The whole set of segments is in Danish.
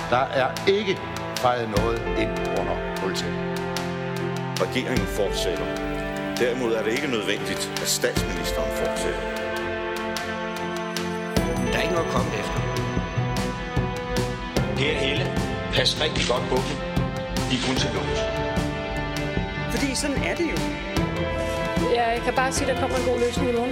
Der er ikke fejret noget ind under politiet. Regeringen fortsætter. Derimod er det ikke nødvendigt, at statsministeren fortsætter. Der er ikke noget at komme efter. Per Helle, pas rigtig godt på dem. De er kun til lås. Fordi sådan er det jo. Jeg kan bare sige, at der kommer en god løsning i morgen.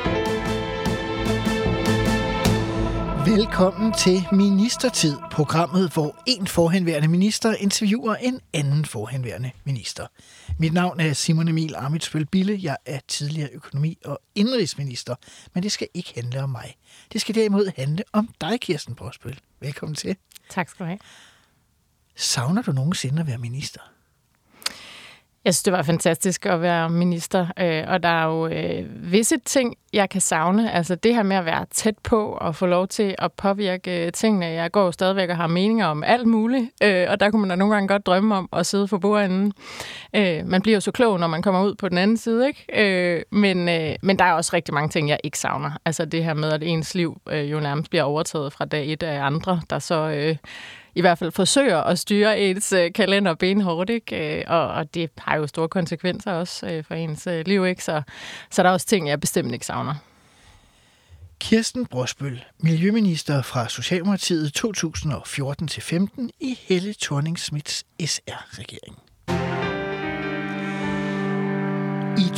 Velkommen til Ministertid, programmet, hvor en forhenværende minister interviewer en anden forhenværende minister. Mit navn er Simon Emil Ammitzbøll-Bille. Jeg er tidligere økonomi- og indenrigsminister, men det skal ikke handle om mig. Det skal derimod handle om dig, Kirsten Brosbøl. Velkommen til. Tak skal du have. Savner du nogensinde at være minister? Jeg synes, det var fantastisk at være minister, og der er jo visse ting, jeg kan savne. Altså det her med at være tæt på og få lov til at påvirke tingene. Jeg går jo stadigvæk og har meninger om alt muligt, og der kunne man da nogle gange godt drømme om at sidde for bordenden. Man bliver jo så klog, når man kommer ud på den anden side, ikke? Men der er også rigtig mange ting, jeg ikke savner. Altså det her med, at ens liv jo nærmest bliver overtaget fra dag et af andre, der så i hvert fald forsøger at styre ens kalender benhårdt, ikke? Og det har jo store konsekvenser også for ens liv, ikke? Så der er også ting, jeg bestemt ikke savner. Kirsten Brosbøl, miljøminister fra Socialdemokratiet 2014-15 i Helle Thorning-Schmidts SR-regering. I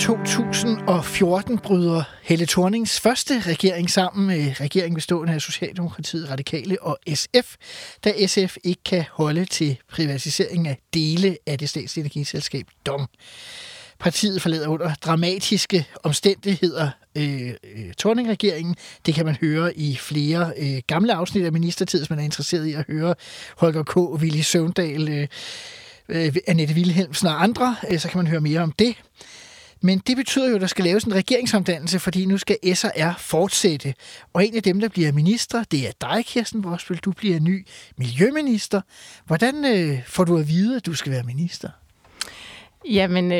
2014 bryder Helle Thornings første regering sammen med regeringen bestående af Socialdemokratiet, Radikale og SF, da SF ikke kan holde til privatisering af dele af det statslige energiselskab DONG. Partiet forlader under dramatiske omstændigheder Thorning-regeringen. Det kan man høre i flere gamle afsnit af Ministertid, hvis man er interesseret i at høre Holger K., Villy Søvndal, Annette Wilhelmsen og andre, så kan man høre mere om det. Men det betyder jo, at der skal laves en regeringsomdannelse, fordi nu skal SR fortsætte. Og en af dem, der bliver minister, det er dig, Kirsten Brosbøl. Du bliver ny miljøminister. Hvordan får du at vide, at du skal være minister? Jamen,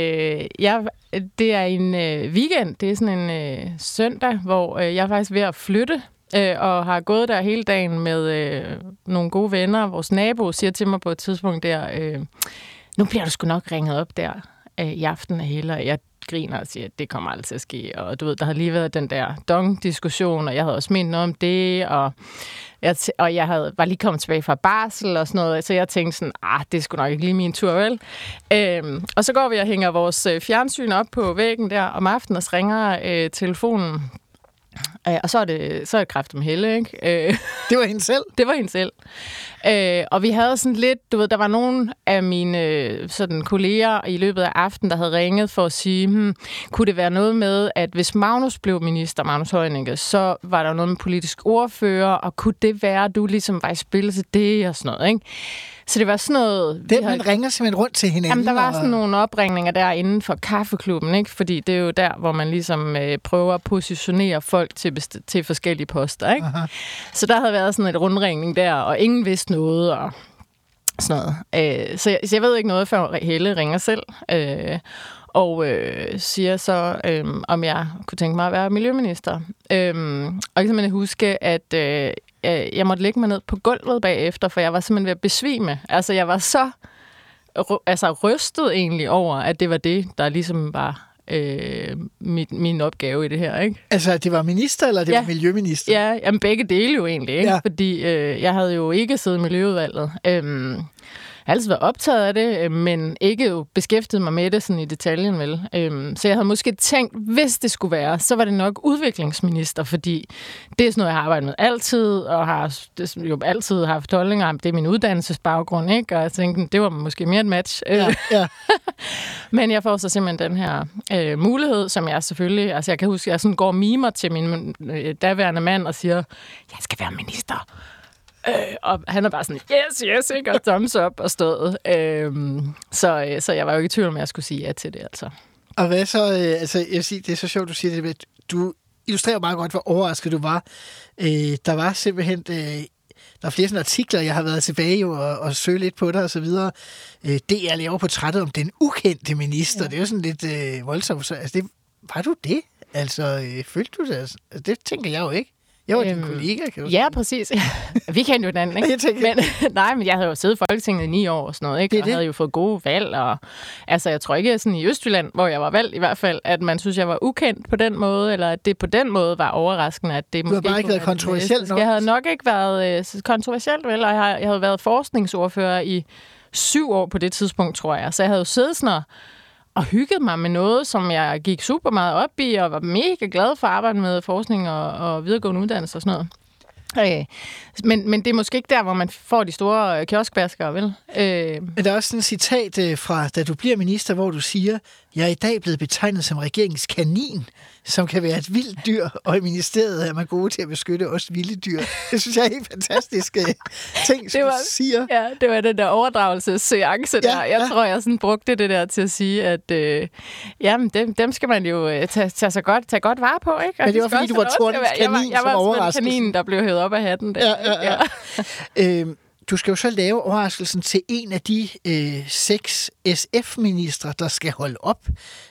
det er en weekend. Det er sådan en søndag, hvor jeg er faktisk ved at flytte. Og har gået der hele dagen med nogle gode venner. Vores nabo siger til mig på et tidspunkt der, nu bliver du sgu nok ringet op der i aften af Helle. Jeg griner og siger, at det kommer aldrig til at ske. Og du ved, der har lige været den der DONG-diskussion, og jeg havde også ment noget om det, og jeg var lige kommet tilbage fra barsel og sådan noget, så jeg tænkte sådan, det er sgu nok ikke lige min tur, vel? Og så går vi og hænger vores fjernsyn op på væggen der om aftenen, og så ringer telefonen. Og så er det kræften med Helle, ikke? Det var hende selv? Det var hende selv. Og vi havde sådan lidt, du ved, der var nogle af mine sådan kolleger i løbet af aftenen, der havde ringet for at sige, kunne det være noget med, at hvis Magnus blev minister, Magnus Heunicke, så var der noget med politisk ordfører, og kunne det være, at du ligesom var i spil til det og sådan noget, ikke? Så det var sådan noget... Man ringer simpelthen rundt til hinanden? Jamen, der var sådan nogle opringninger der inden for kaffeklubben, ikke? Fordi det er jo der, hvor man ligesom prøver at positionere folk til forskellige poster, ikke? Aha. Så der havde været sådan et rundringning der, og ingen vidste noget, og sådan noget. Så jeg ved ikke noget, før Helle ringer selv, og siger så, om jeg kunne tænke mig at være miljøminister. Og jeg kan simpelthen huske, at jeg måtte lægge mig ned på gulvet bagefter, for jeg var simpelthen ved at besvime. Altså, jeg var så rystet egentlig over, at det var det, der ligesom var min opgave i det her, ikke? Altså, det var minister, eller det var miljøminister? Ja, jamen, begge dele jo egentlig, ikke? Ja. Fordi jeg havde jo ikke siddet i miljøudvalget. Jeg har altid været optaget af det, men ikke jo beskæftiget mig med det sådan i detaljen, vel. Så jeg havde måske tænkt, hvis det skulle være, så var det nok udviklingsminister, fordi det er sådan noget, jeg har arbejdet med altid, og har jo altid haft holdninger om, det er min uddannelsesbaggrund, ikke? Og jeg tænkte, det var måske mere et match. Ja. Men jeg får så simpelthen den her mulighed, som jeg selvfølgelig, altså jeg kan huske, jeg sådan går og mimer til min daværende mand og siger, jeg skal være minister. Og han er bare sådan, yes, ikke? Og thumbs up og stået. Så jeg var jo ikke i tvivl om, at jeg skulle sige ja til det, altså. Og hvad så, altså jeg vil sige, det er så sjovt, du siger det, du illustrerer meget godt, hvor overrasket du var. Der var simpelthen, der er flere sådan artikler, jeg har været tilbage og søge lidt på dig og så videre. DR laver portrættet om den ukendte minister. Ja. Det er jo sådan lidt voldsomt. Altså, var du det? Altså, følte du det? Altså, det tænker jeg jo ikke. Jeg var din kollega, kan du sige. Ja, præcis. Vi kendte jo hinanden, ikke? Men jeg havde jo siddet i Folketinget i 9 år og sådan noget, ikke? Og havde jo fået gode valg. Og, altså, jeg tror ikke sådan i Østjylland, hvor jeg var valgt i hvert fald, at man synes, jeg var ukendt på den måde, eller at det på den måde var overraskende, at det måske... Du har bare ikke været kontroversielt nok. Jeg havde nok ikke været kontroversielt, vel? Og jeg havde været forskningsordfører i 7 år på det tidspunkt, tror jeg. Så jeg havde jo siddet sådan og hyggede mig med noget, som jeg gik super meget op i, og var mega glad for at arbejde med forskning og videregående uddannelse og sådan noget. Men det er måske ikke der, hvor man får de store kioskbaskere, vel? Men der er også sådan et citat fra, da du bliver minister, hvor du siger, jeg er i dag blevet betegnet som regeringens kanin, som kan være et vildt dyr, og i ministeriet er man gode til at beskytte også vilde dyr. Det synes jeg er helt fantastiske ting, som du siger. Ja, det var den der overdragelsesseance der. Jeg tror, jeg sådan brugte det der til at sige, at jamen, dem skal man jo tage godt vare på, ikke? Og men det var fordi, du var Thornings kanin, jeg som overraskelse. Jeg var kaninen, der blev hævet op af hatten. Der. Ja. Du skal jo så lave overraskelsen til en af de 6 SF-ministre, der skal holde op.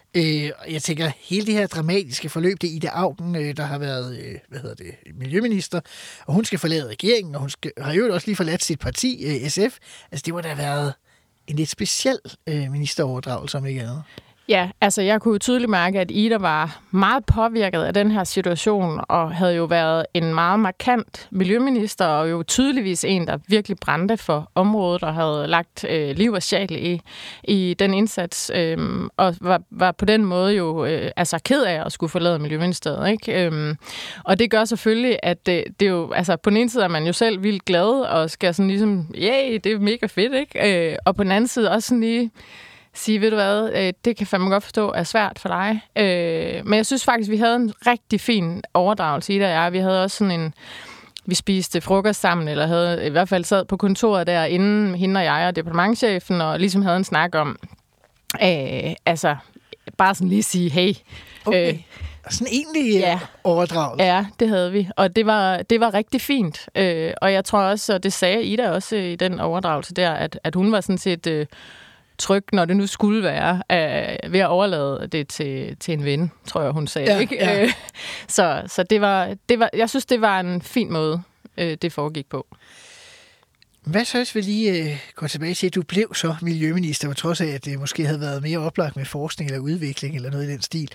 Jeg tænker, hele det her dramatiske forløb, det er Ida Auken, der har været miljøminister, og hun skal forlade regeringen, og hun har jo også lige forladt sit parti, SF. Altså, det må da have været en lidt speciel ministeroverdragelse, om ikke andet. Ja, altså jeg kunne jo tydeligt mærke, at Ida var meget påvirket af den her situation, og havde jo været en meget markant miljøminister, og jo tydeligvis en, der virkelig brændte for området, og havde lagt liv og sjæl i den indsats, og var på den måde jo altså ked af at skulle forlade Miljøministeriet, ikke? Og det gør selvfølgelig, at det jo, altså på den ene side er man jo selv vildt glad, og skal sådan ligesom, det er mega fedt, ikke? Og på den anden side også sådan lige sige, ved du hvad, det kan fandme godt forstå, er svært for dig. Men jeg synes faktisk, vi havde en rigtig fin overdragelse, Ida og jeg. Vi havde også sådan vi spiste frokost sammen, eller havde i hvert fald sad på kontoret der, inden hende og jeg og departementschefen, og ligesom havde en snak om, altså, bare sådan lige sige, hey. Okay. Sådan egentlig overdragelse. Ja, det havde vi. Og det var rigtig fint. Og jeg tror også, og det sagde Ida også i den overdragelse der, at hun var sådan set tryg, når det nu skulle være, ved at overlade det til en ven, tror jeg, hun sagde. Ja, ikke? Ja. Så det var, jeg synes, det var en fin måde, det foregik på. Hvad så, hvis vi lige går tilbage til, at du blev så miljøminister, på trods af, at det måske havde været mere oplagt med forskning eller udvikling eller noget i den stil.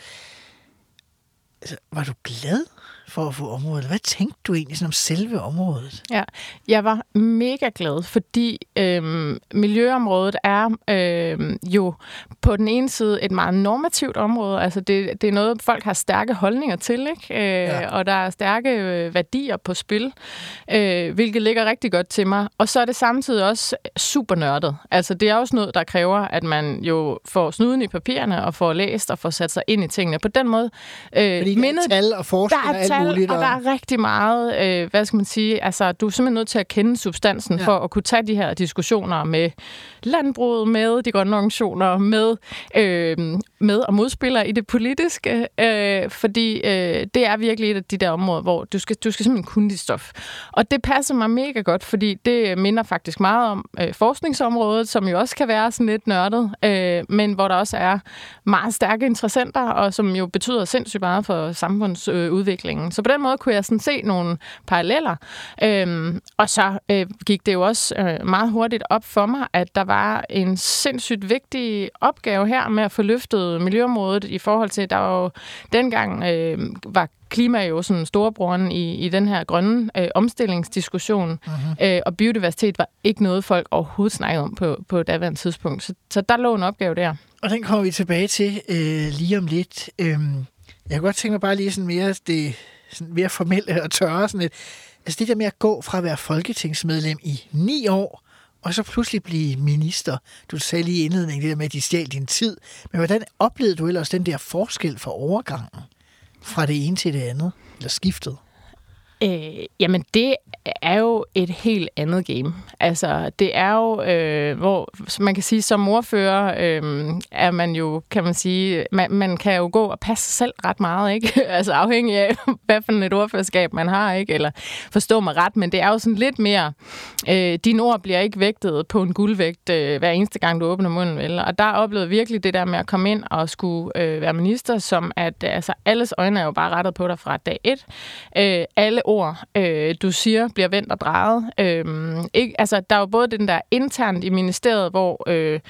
Altså, var du glad for at få området? Hvad tænkte du egentlig sådan om selve området? Ja, jeg var mega glad, fordi miljøområdet er jo på den ene side et meget normativt område. Altså det er noget, folk har stærke holdninger til, ikke? Og der er stærke værdier på spil, hvilket ligger rigtig godt til mig. Og så er det samtidig også super nørdet. Altså det er også noget, der kræver, at man jo får snuden i papirerne og får læst og får sat sig ind i tingene. På den måde fordi der er tal og forskning og alt muligt. Og der er rigtig meget, hvad skal man sige, altså du er simpelthen nødt til at kende substansen for at kunne tage de her diskussioner med landbruget, med de grønne organisationer, med og modspillere i det politiske, fordi det er virkelig et af de der områder, hvor du skal simpelthen kunne dit stof. Og det passer mig mega godt, fordi det minder faktisk meget om forskningsområdet, som jo også kan være sådan lidt nørdet, men hvor der også er meget stærke interessenter, og som jo betyder sindssygt meget for samfundsudviklingen. Så på den måde kunne jeg sådan se nogle paralleller. Og så gik det jo også meget hurtigt op for mig, at der var en sindssygt vigtig opgave her med at få løftet miljøområdet i forhold til, der jo dengang var klima jo sådan storebroren i den her grønne omstillingsdiskussion, og biodiversitet var ikke noget, folk overhovedet snakkede om på daværende tidspunkt. Så der lå en opgave der. Og den kommer vi tilbage til lige om lidt. Jeg kan godt tænke mig bare lige sådan mere det sådan mere formelle og tørre sådan lidt. Altså det der med at gå fra at være folketingsmedlem i 9 år, og så pludselig blive minister. Du sagde lige i indledningen det der med, at de stjal din tid. Men hvordan oplevede du ellers den der forskel for overgangen fra det ene til det andet? Eller skiftet? Jamen, det er jo et helt andet game. Altså, det er jo, hvor man kan sige, som ordfører er man jo, kan man sige, man kan jo gå og passe sig selv ret meget, ikke? Altså afhængig af, hvad for et ordførerskab man har, ikke? Eller forstå mig ret, men det er jo sådan lidt mere, dine ord bliver ikke vægtet på en guldvægt hver eneste gang, du åbner munden, vel? Og der oplevede virkelig det der med at komme ind og skulle være minister, som at altså, alles øjne er jo bare rettet på dig fra dag 1. Alle ord, du siger, bliver vendt og drejet. Ikke, altså, der er jo både den der internt i ministeriet, hvor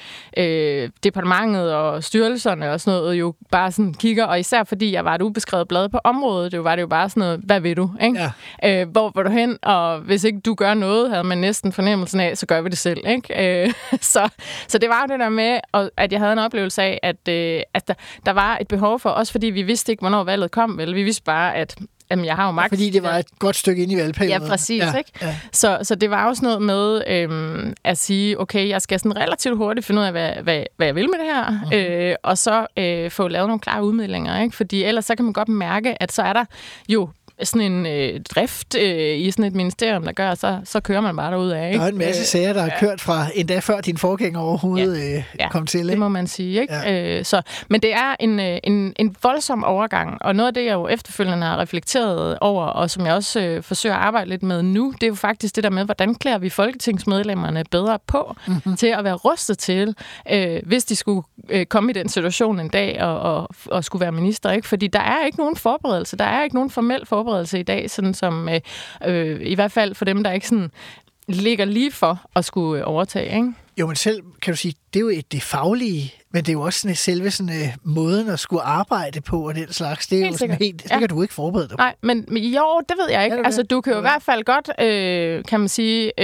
departementet og styrelserne og sådan noget jo bare sådan kigger, og især fordi jeg var et ubeskrevet blad på området, det var det jo bare sådan noget, hvad vil du? Ikke? Ja. Hvor vil du hen? Og hvis ikke du gør noget, havde man næsten fornemmelsen af, så gør vi det selv. Ikke? Så det var jo det der med, at jeg havde en oplevelse af, at der var et behov for, også fordi vi vidste ikke, hvornår valget kom, vel? Vi vidste bare, at jeg har jo magt. Fordi det var et godt stykke ind i valgperioden. Ja, præcis. Ja, ikke? Ja. Så det var også noget med at sige, okay, jeg skal sådan relativt hurtigt finde ud af, hvad jeg vil med det her, og så få lavet nogle klare udmeldinger. Ikke? Fordi ellers så kan man godt mærke, at så er der jo sådan en drift i sådan et ministerium, der gør, så kører man bare derudad. Ikke? Der er en masse sager, der har kørt fra endda før din forgænger overhovedet kom til. Ikke? Det må man sige. Ikke? Ja. Men det er en voldsom overgang, og noget af det, jeg jo efterfølgende har reflekteret over, og som jeg også forsøger at arbejde lidt med nu, det er jo faktisk det der med, hvordan klæder vi folketingsmedlemmerne bedre på til at være rustet til, hvis de skulle komme i den situation en dag og skulle være minister. Ikke? Fordi der er ikke nogen forberedelse, der er ikke nogen formel forberedelse i dag, sådan som i hvert fald for dem, der ikke sådan ligger lige for at skulle overtage, ikke? Jo, men selv kan du sige, det er jo det faglige, men det er jo også sådan selve sådan måden at skulle arbejde på og den slags. Det er helt jo sådan helt, det kan du ikke forberede dig på. Nej, men jo, det ved jeg ikke. Altså, du kan jo i hvert fald godt, kan man sige,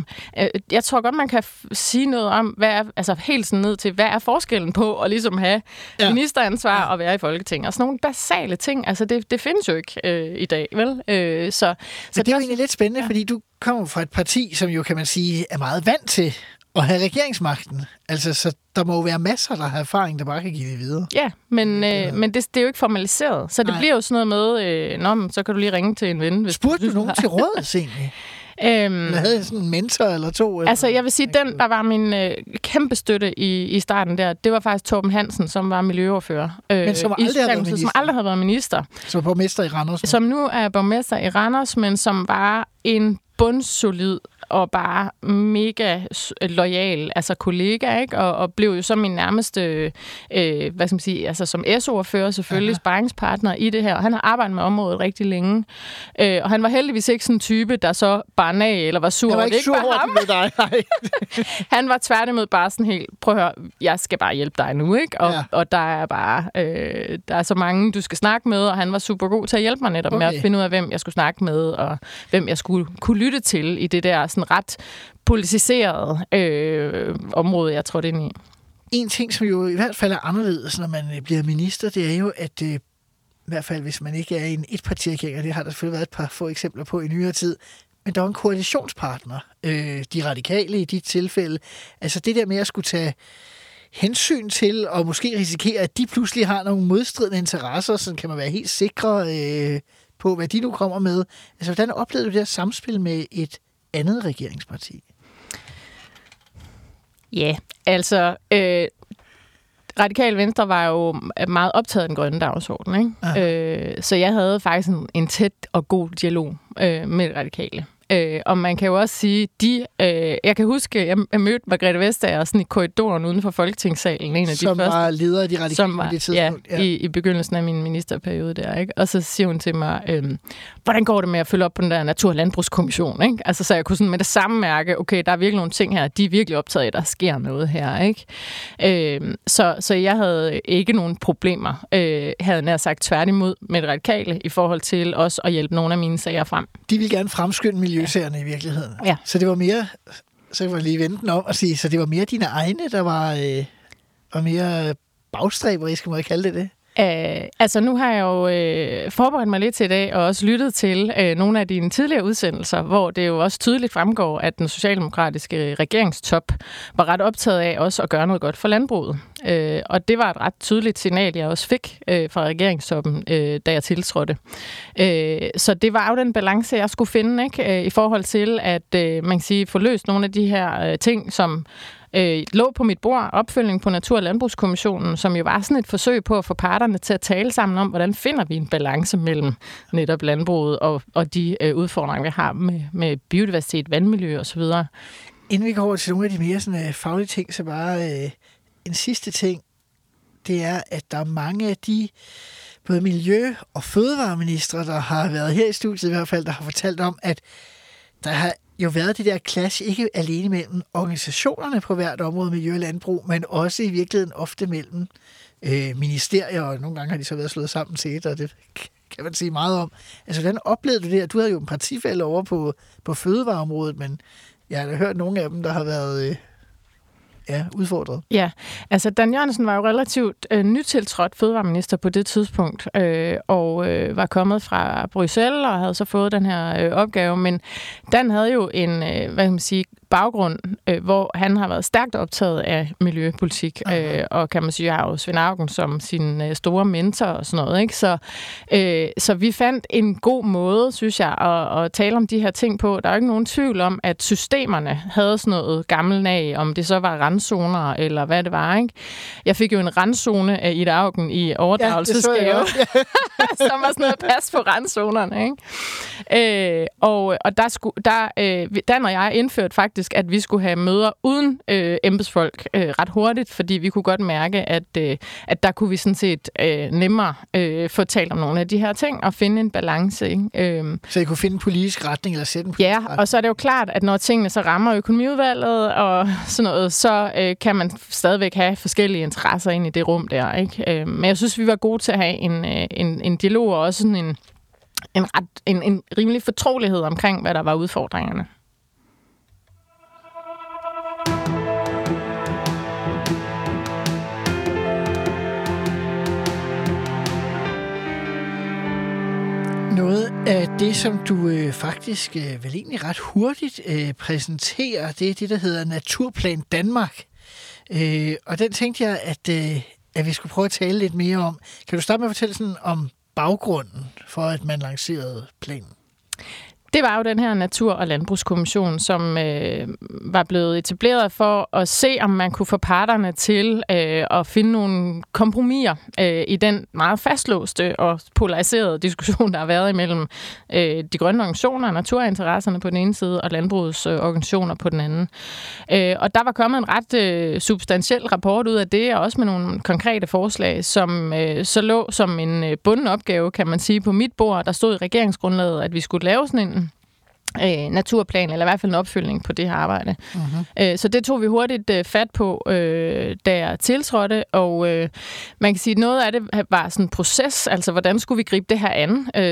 jeg tror godt, man kan sige noget om, hvad er, altså helt sådan ned til, hvad er forskellen på at ligesom have ministeransvar og være i Folketinget. Og sådan nogle basale ting, altså det findes jo ikke i dag, vel? Så det er jo egentlig lidt spændende, fordi du kommer fra et parti, som jo, kan man sige, er meget vant til at have regeringsmagten. Altså, så der må jo være masser, der har erfaring, der bare kan give det videre. Ja, men det er jo ikke formaliseret. Så det bliver jo sådan noget med, så kan du lige ringe til en ven. Spurgte du nogen til rådet, egentlig? Eller havde jeg sådan en mentor eller to? Eller? Altså, jeg vil sige, den, der var min kæmpe støtte i starten der, det var faktisk Torben Hansen, som var miljøordfører. Men som aldrig havde været minister. Som borgmester i Randers. Som nu er borgmester i Randers, men som var en bundsolid og bare mega loyal, altså kollega, ikke? Og blev jo så min nærmeste, hvad skal man sige, altså som SO-ordfører selvfølgelig, sparringspartner i det her. Og han har arbejdet med området rigtig længe. Og han var heldigvis ikke sådan en type, der så bare nag eller var sur. Han var ikke sur over det med dig, nej. Han var tværtimod bare sådan helt, prøv at høre, jeg skal bare hjælpe dig nu, ikke? Og der er bare, der er så mange, du skal snakke med, og han var super god til at hjælpe mig netop med at finde ud af, hvem jeg skulle snakke med, og hvem jeg skulle kunne lytte til i det der sådan ret politiseret område, jeg tror det ind i. En ting, som jo i hvert fald er anderledes, når man bliver minister, det er jo, at i hvert fald hvis man ikke er en etpartiregering, og det har der selvfølgelig været et par få eksempler på i nyere tid, men der er en koalitionspartner, de radikale i de tilfælde. Altså det der med at skulle tage hensyn til, og måske risikere, at de pludselig har nogle modstridende interesser, så kan man være helt sikre på, hvad de nu kommer med. Altså hvordan oplevede du det her samspil med et andet regeringsparti? Ja, altså Radikale Venstre var jo meget optaget af den grønne dagsorden, ikke? Så jeg havde faktisk en tæt og god dialog med Radikale. Og man kan jo også sige, jeg kan huske, jeg mødte Margrethe Vestager sådan i korridoren uden for Folketingssalen, en af de første. Som var leder af de radikale som var, på det tidspunkt. Ja, i begyndelsen af min ministerperiode der, ikke? Og så siger hun til mig, hvordan går det med at følge op på den der Natur- og Landbrugskommission, ikke? Altså, så jeg kunne sådan med det samme mærke, okay, der er virkelig nogle ting her, de er virkelig optaget af, at der sker noget her, ikke? Så jeg havde ikke nogen problemer, havde nær sagt tværtimod med det radikale, i forhold til også at hjælpe nogle af mine sager frem. De vil gerne fremskynde miljøsagerne i virkeligheden. Ja. Så det var mere, så kan man lige vente den om og sige, så det var mere dine egne, der var mere bagstræberisk, må jeg kalde det? Altså nu har jeg jo forberedt mig lidt til i dag, og også lyttet til nogle af dine tidligere udsendelser, hvor det jo også tydeligt fremgår, at den socialdemokratiske regeringstop var ret optaget af også at gøre noget godt for landbruget. Og det var et ret tydeligt signal, jeg også fik fra regeringstoppen, da jeg tiltrådte. Så det var jo den balance, jeg skulle finde, ikke? I forhold til, at man kan sige, få løst nogle af de her ting, som lå på mit bord, opfølgning på Natur- og Landbrugskommissionen, som jo var sådan et forsøg på at få parterne til at tale sammen om, hvordan finder vi en balance mellem netop landbruget og de udfordringer, vi har med biodiversitet, vandmiljø osv. Inden vi går over til nogle af de mere sådan, faglige ting, så bare en sidste ting, det er, at der er mange af de både miljø- og fødevareministre, der har været her i studiet i hvert fald, der har fortalt om, at der har jo været det der clash, ikke alene mellem organisationerne på hvert område, miljø og landbrug, men også i virkeligheden ofte mellem ministerier, og nogle gange har de så været slået sammen til et, og det kan man sige meget om. Altså, hvordan oplevede du det? Du havde jo en partifælle over på fødevareområdet, men jeg har da hørt nogle af dem, der har været udfordret. Ja, altså Dan Jørgensen var jo relativt nytiltrådt fødevareminister på det tidspunkt, og var kommet fra Bruxelles og havde så fået den her opgave, men Dan havde jo en, baggrund, hvor han har været stærkt optaget af miljøpolitik, og kan man sige, har jo Svend Auken som sin store mentor og sådan noget, ikke? Så vi fandt en god måde, synes jeg, at tale om de her ting på. Der er jo ikke nogen tvivl om, at systemerne havde sådan noget gammelt af, om det så var randzoner eller hvad det var, ikke? Jeg fik jo en randzone af Ida Auken i overdragelsesgave, som var sådan noget pas på randzonerne, ikke? Og Dan og jeg indførte faktisk, at vi skulle have møder uden embedsfolk ret hurtigt, fordi vi kunne godt mærke, at der kunne vi sådan set nemmere få talt om nogle af de her ting og finde en balance. Ikke? Så I kunne finde en politisk retning eller sætte en politisk retning? Og så er det jo klart, at når tingene så rammer økonomiudvalget og sådan noget, så kan man stadigvæk have forskellige interesser ind i det rum der. Ikke? Men jeg synes, vi var gode til at have en dialog og også sådan en rimelig fortrolighed omkring, hvad der var udfordringerne. Noget af det, som du faktisk vel egentlig ret hurtigt præsenterer, det er det, der hedder Naturplan Danmark. Og den tænkte jeg, at vi skulle prøve at tale lidt mere om. Kan du starte med at fortælle sådan om baggrunden for, at man lancerede planen? Det var jo den her Natur- og Landbrugskommission, som var blevet etableret for at se, om man kunne få parterne til at finde nogle kompromiser i den meget fastlåste og polariserede diskussion, der har været imellem de grønne organisationer, naturinteresserne på den ene side, og landbrugets organisationer på den anden. Og der var kommet en ret substantiel rapport ud af det, og også med nogle konkrete forslag, som så lå som en bunden opgave, kan man sige, på mit bord. Der stod i regeringsgrundlaget, at vi skulle lave sådan en naturplan, eller i hvert fald en opfølgning på det her arbejde. Uh-huh. Så det tog vi hurtigt fat på, da jeg tiltrådte, og man kan sige, at noget af det var sådan en proces, altså hvordan skulle vi gribe det her an,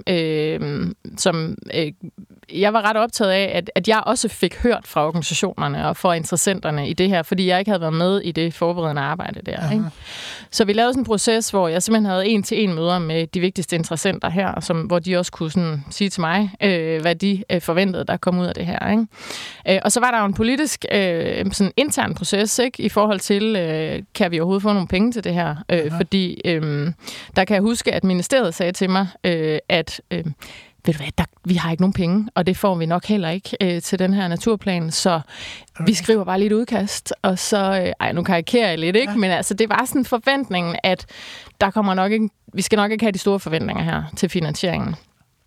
som jeg var ret optaget af, at jeg også fik hørt fra organisationerne og fra interessenterne i det her, fordi jeg ikke havde været med i det forberedende arbejde der. Uh-huh. Ikke? Så vi lavede sådan en proces, hvor jeg simpelthen havde 1-til-1 møder med de vigtigste interessenter her, hvor de også kunne sådan sige til mig, hvad de forventede, der kom ud af det her. Ikke? Og så var der jo en politisk sådan intern proces, ikke? I forhold til, kan vi overhovedet få nogle penge til det her? Fordi der kan jeg huske, at ministeriet sagde til mig, at ved du hvad, vi har ikke nogen penge, og det får vi nok heller ikke til den her naturplan, så vi skriver bare lidt udkast, og så, nu karikerer jeg lidt, ikke? Ja. Men altså, det var sådan en forventning, at der kommer nok ikke, vi skal nok ikke have de store forventninger her til finansieringen.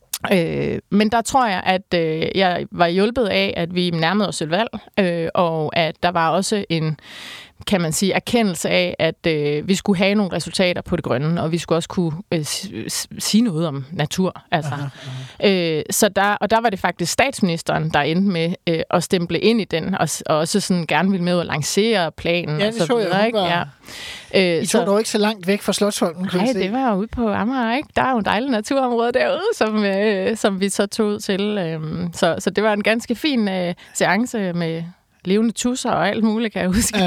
Men der tror jeg, at jeg var hjulpet af, at vi nærmede os et valg, og at der var også en, kan man sige, erkendelse af, at vi skulle have nogle resultater på det grønne, og vi skulle også kunne sige noget om natur. Altså. Så der var det faktisk statsministeren, der endte med at stemple ind i den, og også sådan gerne ville med at lancere planen. Ja, det så jeg ikke. Ja. I tog dog ikke så langt væk fra Slotsholmen. Nej, det var ude på Amager, ikke? Der er jo en dejlig naturområde derude, som vi så tog ud til. Så det var en ganske fin seance med levende tusser og alt muligt, kan jeg huske.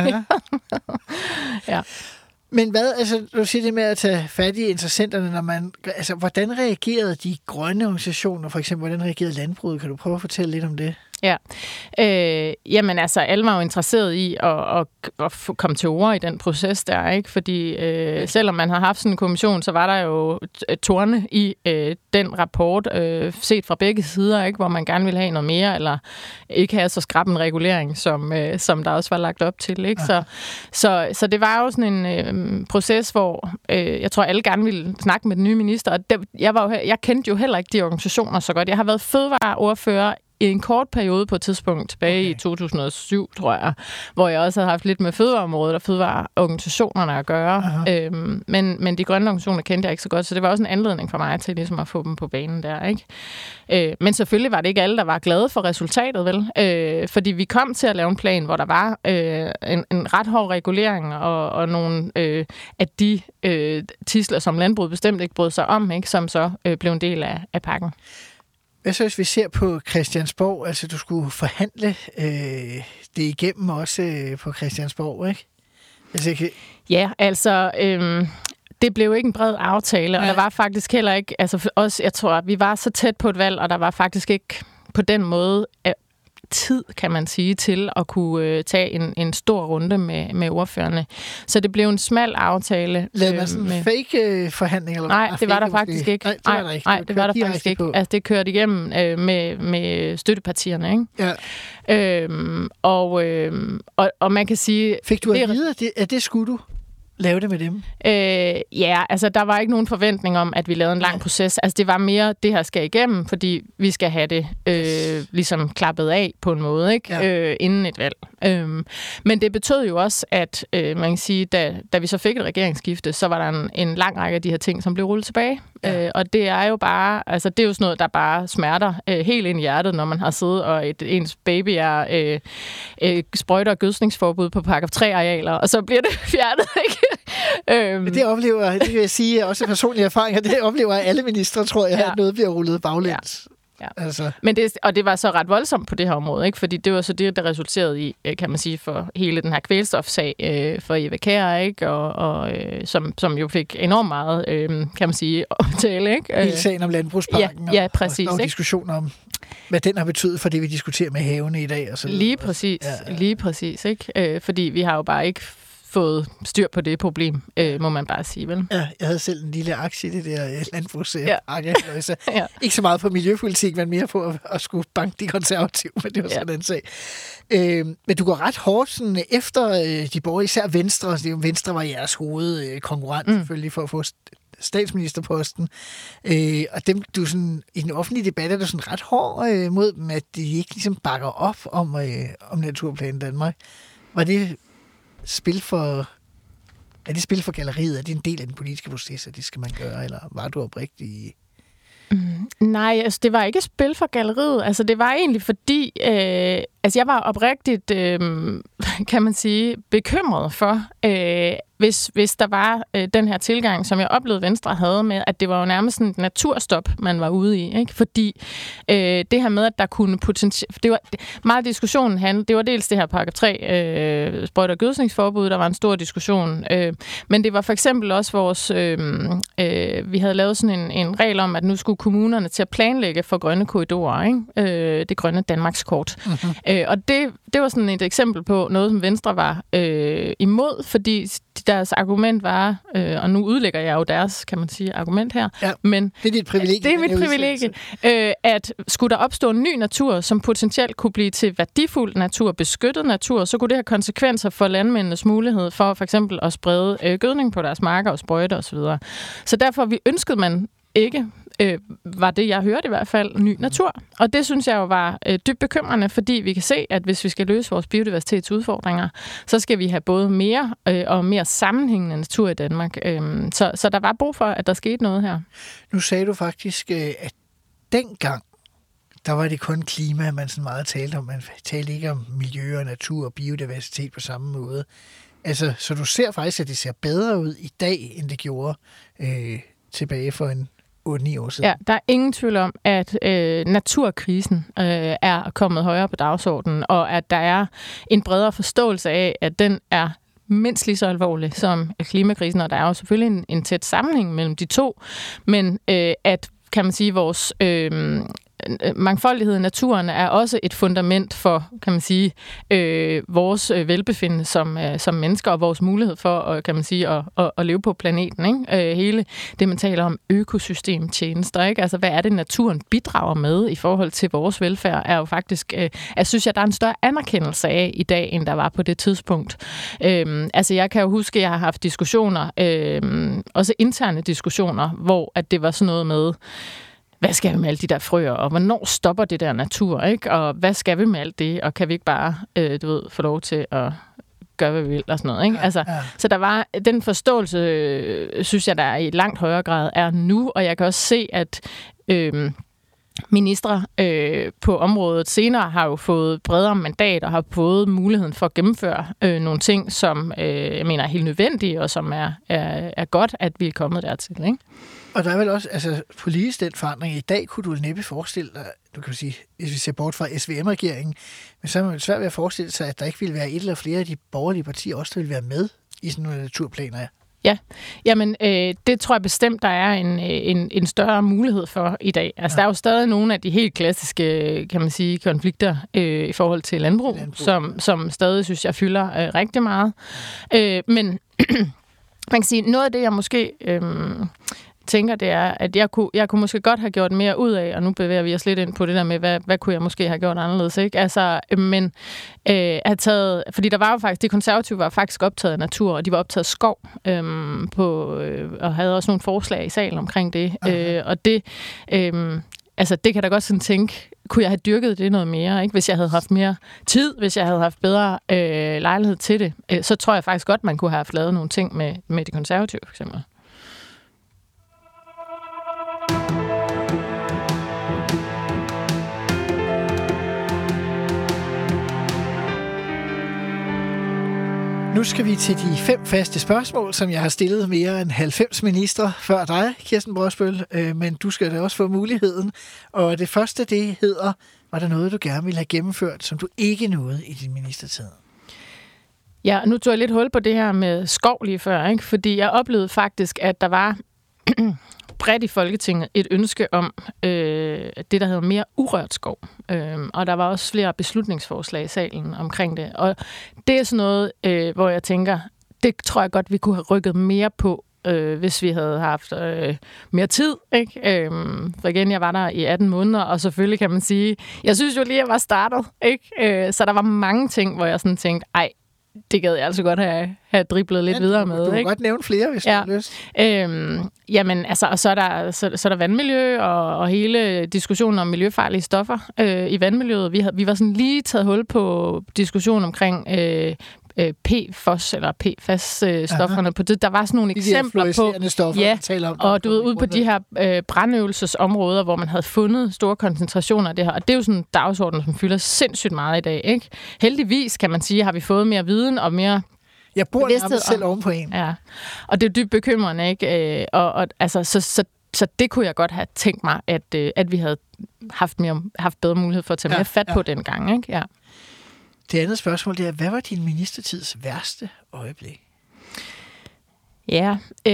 Ja. Men hvad, altså, du siger det med at tage fat i interessenterne, når man, altså, hvordan reagerede de grønne organisationer, for eksempel, hvordan reagerede landbruget? Kan du prøve at fortælle lidt om det? Ja, jamen altså, alle var jo interesseret i at komme til ord i den proces der, ikke? Fordi selvom man har haft sådan en kommission, så var der jo torne i den rapport, set fra begge sider, ikke? Hvor man gerne ville have noget mere, eller ikke have så skrap en regulering, som der også var lagt op til, ikke? Så det var jo sådan en proces, hvor jeg tror, alle gerne ville snakke med den nye minister, og jeg kendte jo heller ikke de organisationer så godt. Jeg har været fødevareordfører en kort periode på et tidspunkt tilbage i 2007, tror jeg, hvor jeg også havde haft lidt med fødevareområdet og fødevareorganisationerne at gøre. Men de grønne organisationer kendte jeg ikke så godt, så det var også en anledning for mig til ligesom at få dem på banen der, ikke? Men selvfølgelig var det ikke alle, der var glade for resultatet, vel? Fordi vi kom til at lave en plan, hvor der var en ret hård regulering og nogle af de tidsler, som landbruget bestemt ikke brød sig om, ikke? Som så blev en del af pakken. Hvad så, hvis vi ser på Christiansborg? Altså, du skulle forhandle det igennem også på Christiansborg, ikke? Altså, Ja, altså... Det blev ikke en bred aftale, og der var faktisk heller ikke... Altså også, jeg tror, vi var så tæt på et valg, og der var faktisk ikke på den måde tid, kan man sige, til at kunne tage en stor runde med ordførerne. Så det blev en smal aftale. Lavede man sådan en fake forhandling? Eller nej, det var der faktisk ikke. Nej, det var der faktisk ikke. Altså, det kørte igennem med støttepartierne, ikke? Ja. Og man kan sige... Fik du at vide, at det skulle du? Lave det med dem? Ja, altså der var ikke nogen forventning om, at vi lavede en lang proces. Altså det var mere, det her skal igennem, fordi vi skal have det ligesom klappet af på en måde, ikke? Ja. Inden et valg. Men det betød jo også, at man kan sige, da vi så fik et regeringsskifte, så var der en lang række af de her ting, som blev rullet tilbage. Ja. Og det er jo bare, altså det er jo sådan noget, der bare smerter helt ind i hjertet, når man har siddet, og ens baby er sprøjter- og gødsningsforbud på paragraf 3-arealer, og så bliver det fjernet, ikke? Det oplever, det kan jeg sige, også personlige erfaringer, det oplever alle ministre, tror jeg, at noget bliver rullet baglæns. Ja. Altså. Men det var så ret voldsomt på det her område, ikke? Fordi det var så det, der resulterede i, kan man sige, for hele den her kvælstofsag for Eva Kjær, ikke? Og som jo fik enormt meget, kan man sige, omtale, ikke? Hele sagen om landbrugsparken. Ja, præcis. Og diskussioner om, hvad den har betydet for det, vi diskuterer med havene i dag. Og så lige præcis, ikke? Fordi vi har jo bare ikke fået styr på det problem, må man bare sige, vel? Ja, jeg havde selv en lille aktie i det der landbrugspakke. Ja. Ikke så meget på miljøpolitik, men mere på at skulle banke de konservative, men det var sådan en sag. Men du går ret hårdt sådan, efter de borgerlige, især Venstre. Venstre var jeres hovedkonkurrent selvfølgelig for at få statsministerposten. Og dem, du sådan, i den offentlige debat er du sådan ret hård mod dem, at de ikke ligesom bakker op om Naturplan Danmark. Var det spil for galleriet? Er det en del af den politiske proces, og det skal man gøre, eller var du oprigtig i? Nej, altså det var ikke spil for galleriet. Altså det var egentlig fordi, jeg var oprigtigt, kan man sige, bekymret for, hvis der var den her tilgang, som jeg oplevede Venstre havde med, at det var jo nærmest sådan et naturstop, man var ude i, ikke? Fordi det her med, at der kunne potentielt... Det var meget diskussionen handlede... Det var dels det her paragraf 3 sprøjte- og gødsningsforbud, der var en stor diskussion. Men det var for eksempel også vores... vi havde lavet sådan en regel om, at nu skulle kommunerne til at planlægge for grønne korridorer, ikke? Det grønne Danmarkskort. Mm-hmm. Og det var sådan et eksempel på noget, som Venstre var imod, fordi deres argument var, og nu udlægger jeg jo deres, kan man sige, argument her, men det er dit privilegie. Det er mit privilegie, at skulle der opstå en ny natur, som potentielt kunne blive til værdifuld natur, beskyttet natur, så kunne det have konsekvenser for landmændenes mulighed for eksempel at sprede gødning på deres marker og sprøjte osv. Så derfor ønskede man ikke, var det, jeg hørte i hvert fald, ny natur. Og det synes jeg jo var dybt bekymrende, fordi vi kan se, at hvis vi skal løse vores biodiversitetsudfordringer, så skal vi have både mere og mere sammenhængende natur i Danmark. Så der var brug for, at der skete noget her. Nu sagde du faktisk, at dengang, der var det kun klima, man sådan meget talte om. Man talte ikke om miljø og natur og biodiversitet på samme måde. Altså, så du ser faktisk, at det ser bedre ud i dag, end det gjorde tilbage for en 8-9 år siden. Ja, der er ingen tvivl om, at naturkrisen er kommet højere på dagsordenen, og at der er en bredere forståelse af, at den er mindst lige så alvorlig som klimakrisen, og der er jo selvfølgelig en tæt sammenhæng mellem de to, men at, kan man sige, vores mangfoldighed i naturen er også et fundament for, kan man sige, vores velbefindende som mennesker og vores mulighed for, kan man sige, at leve på planeten, ikke? Hele det, man taler om økosystemtjenester, ikke? Altså, hvad er det, naturen bidrager med i forhold til vores velfærd, er jo faktisk, jeg synes, at der er en større anerkendelse af i dag, end der var på det tidspunkt. Altså, jeg kan jo huske, at jeg har haft diskussioner, også interne diskussioner, hvor at det var sådan noget med, hvad skal vi med alle de der frøer, og hvornår stopper det der natur, ikke? Og hvad skal vi med alt det, og kan vi ikke bare, få lov til at gøre, hvad vi vil, og sådan noget, ikke? Så der var den forståelse, synes jeg, der i langt højere grad er nu, og jeg kan også se, at ministre på området senere har jo fået bredere mandat og har fået muligheden for at gennemføre nogle ting, som jeg mener er helt nødvendige, og som er godt, at vi er kommet dertil, ikke? Og der er vel også, politisk den forandring. I dag kunne du næppe forestille dig, du kan sige, hvis vi ser bort fra SVM-regeringen, men så er man svært ved at forestille sig, at der ikke ville være et eller flere af de borgerlige partier også, der ville være med i sådan nogle naturplaner. Ja, jamen det tror jeg bestemt, der er en større mulighed for i dag. Altså der er jo stadig nogle af de helt klassiske, kan man sige, konflikter i forhold til landbrug. Som stadig, synes jeg, fylder rigtig meget. Men man kan sige, noget af det, jeg måske tænker, det er, at jeg kunne måske godt have gjort mere ud af, og nu bevæger vi os lidt ind på det der med, hvad kunne jeg måske have gjort anderledes, ikke? Altså, men have taget, fordi der var jo faktisk, de konservative var faktisk optaget af natur, og de var optaget af skov, og havde også nogle forslag i salen omkring det, og det, det kan da godt sådan tænke, kunne jeg have dyrket det noget mere, ikke? Hvis jeg havde haft mere tid, hvis jeg havde haft bedre lejlighed til det, så tror jeg faktisk godt, man kunne have lavet nogle ting med de konservative, for eksempel. Nu skal vi til de 5 faste spørgsmål, som jeg har stillet mere end 90 ministre før dig, Kirsten Brosbøl, men du skal da også få muligheden. Og det første, det hedder, var der noget, du gerne ville have gennemført, som du ikke nåede i din ministertid? Ja, nu tog jeg lidt hul på det her med skov lige før, ikke? Fordi jeg oplevede faktisk, at der var bredt i Folketinget et ønske om det, der hedder mere urørt skov. Og der var også flere beslutningsforslag i salen omkring det. Og det er sådan noget, hvor jeg tænker, det tror jeg godt, vi kunne have rykket mere på, hvis vi havde haft mere tid, ikke? For igen, jeg var der i 18 måneder, og selvfølgelig kan man sige, jeg synes jo lige, jeg var startet, ikke? Så der var mange ting, hvor jeg sådan tænkte, det gad jeg altså godt have driblet lidt videre med. Du kan godt nævne flere, hvis du har lyst. Jamen, altså, og så er der vandmiljø og hele diskussionen om miljøfarlige stoffer i vandmiljøet. Vi var sådan lige taget hul på diskussionen omkring PFOS eller PFAS-stofferne på det. Der var sådan nogle eksempler på, stoffer, og du ved, ude på de her brandøvelsesområder, hvor man havde fundet store koncentrationer af det her. Og det er jo sådan en dagsorden, som fylder sindssygt meget i dag, ikke? Heldigvis, kan man sige, har vi fået mere viden og mere jeg bor nærmest selv oven på en. Ja, og det er dybt bekymrende, ikke? Og altså, så det kunne jeg godt have tænkt mig, at vi havde haft bedre mulighed for at tage mere fat på dengang, ikke? Ja. Det andet spørgsmål, det er, hvad var din ministertids værste øjeblik? Ja,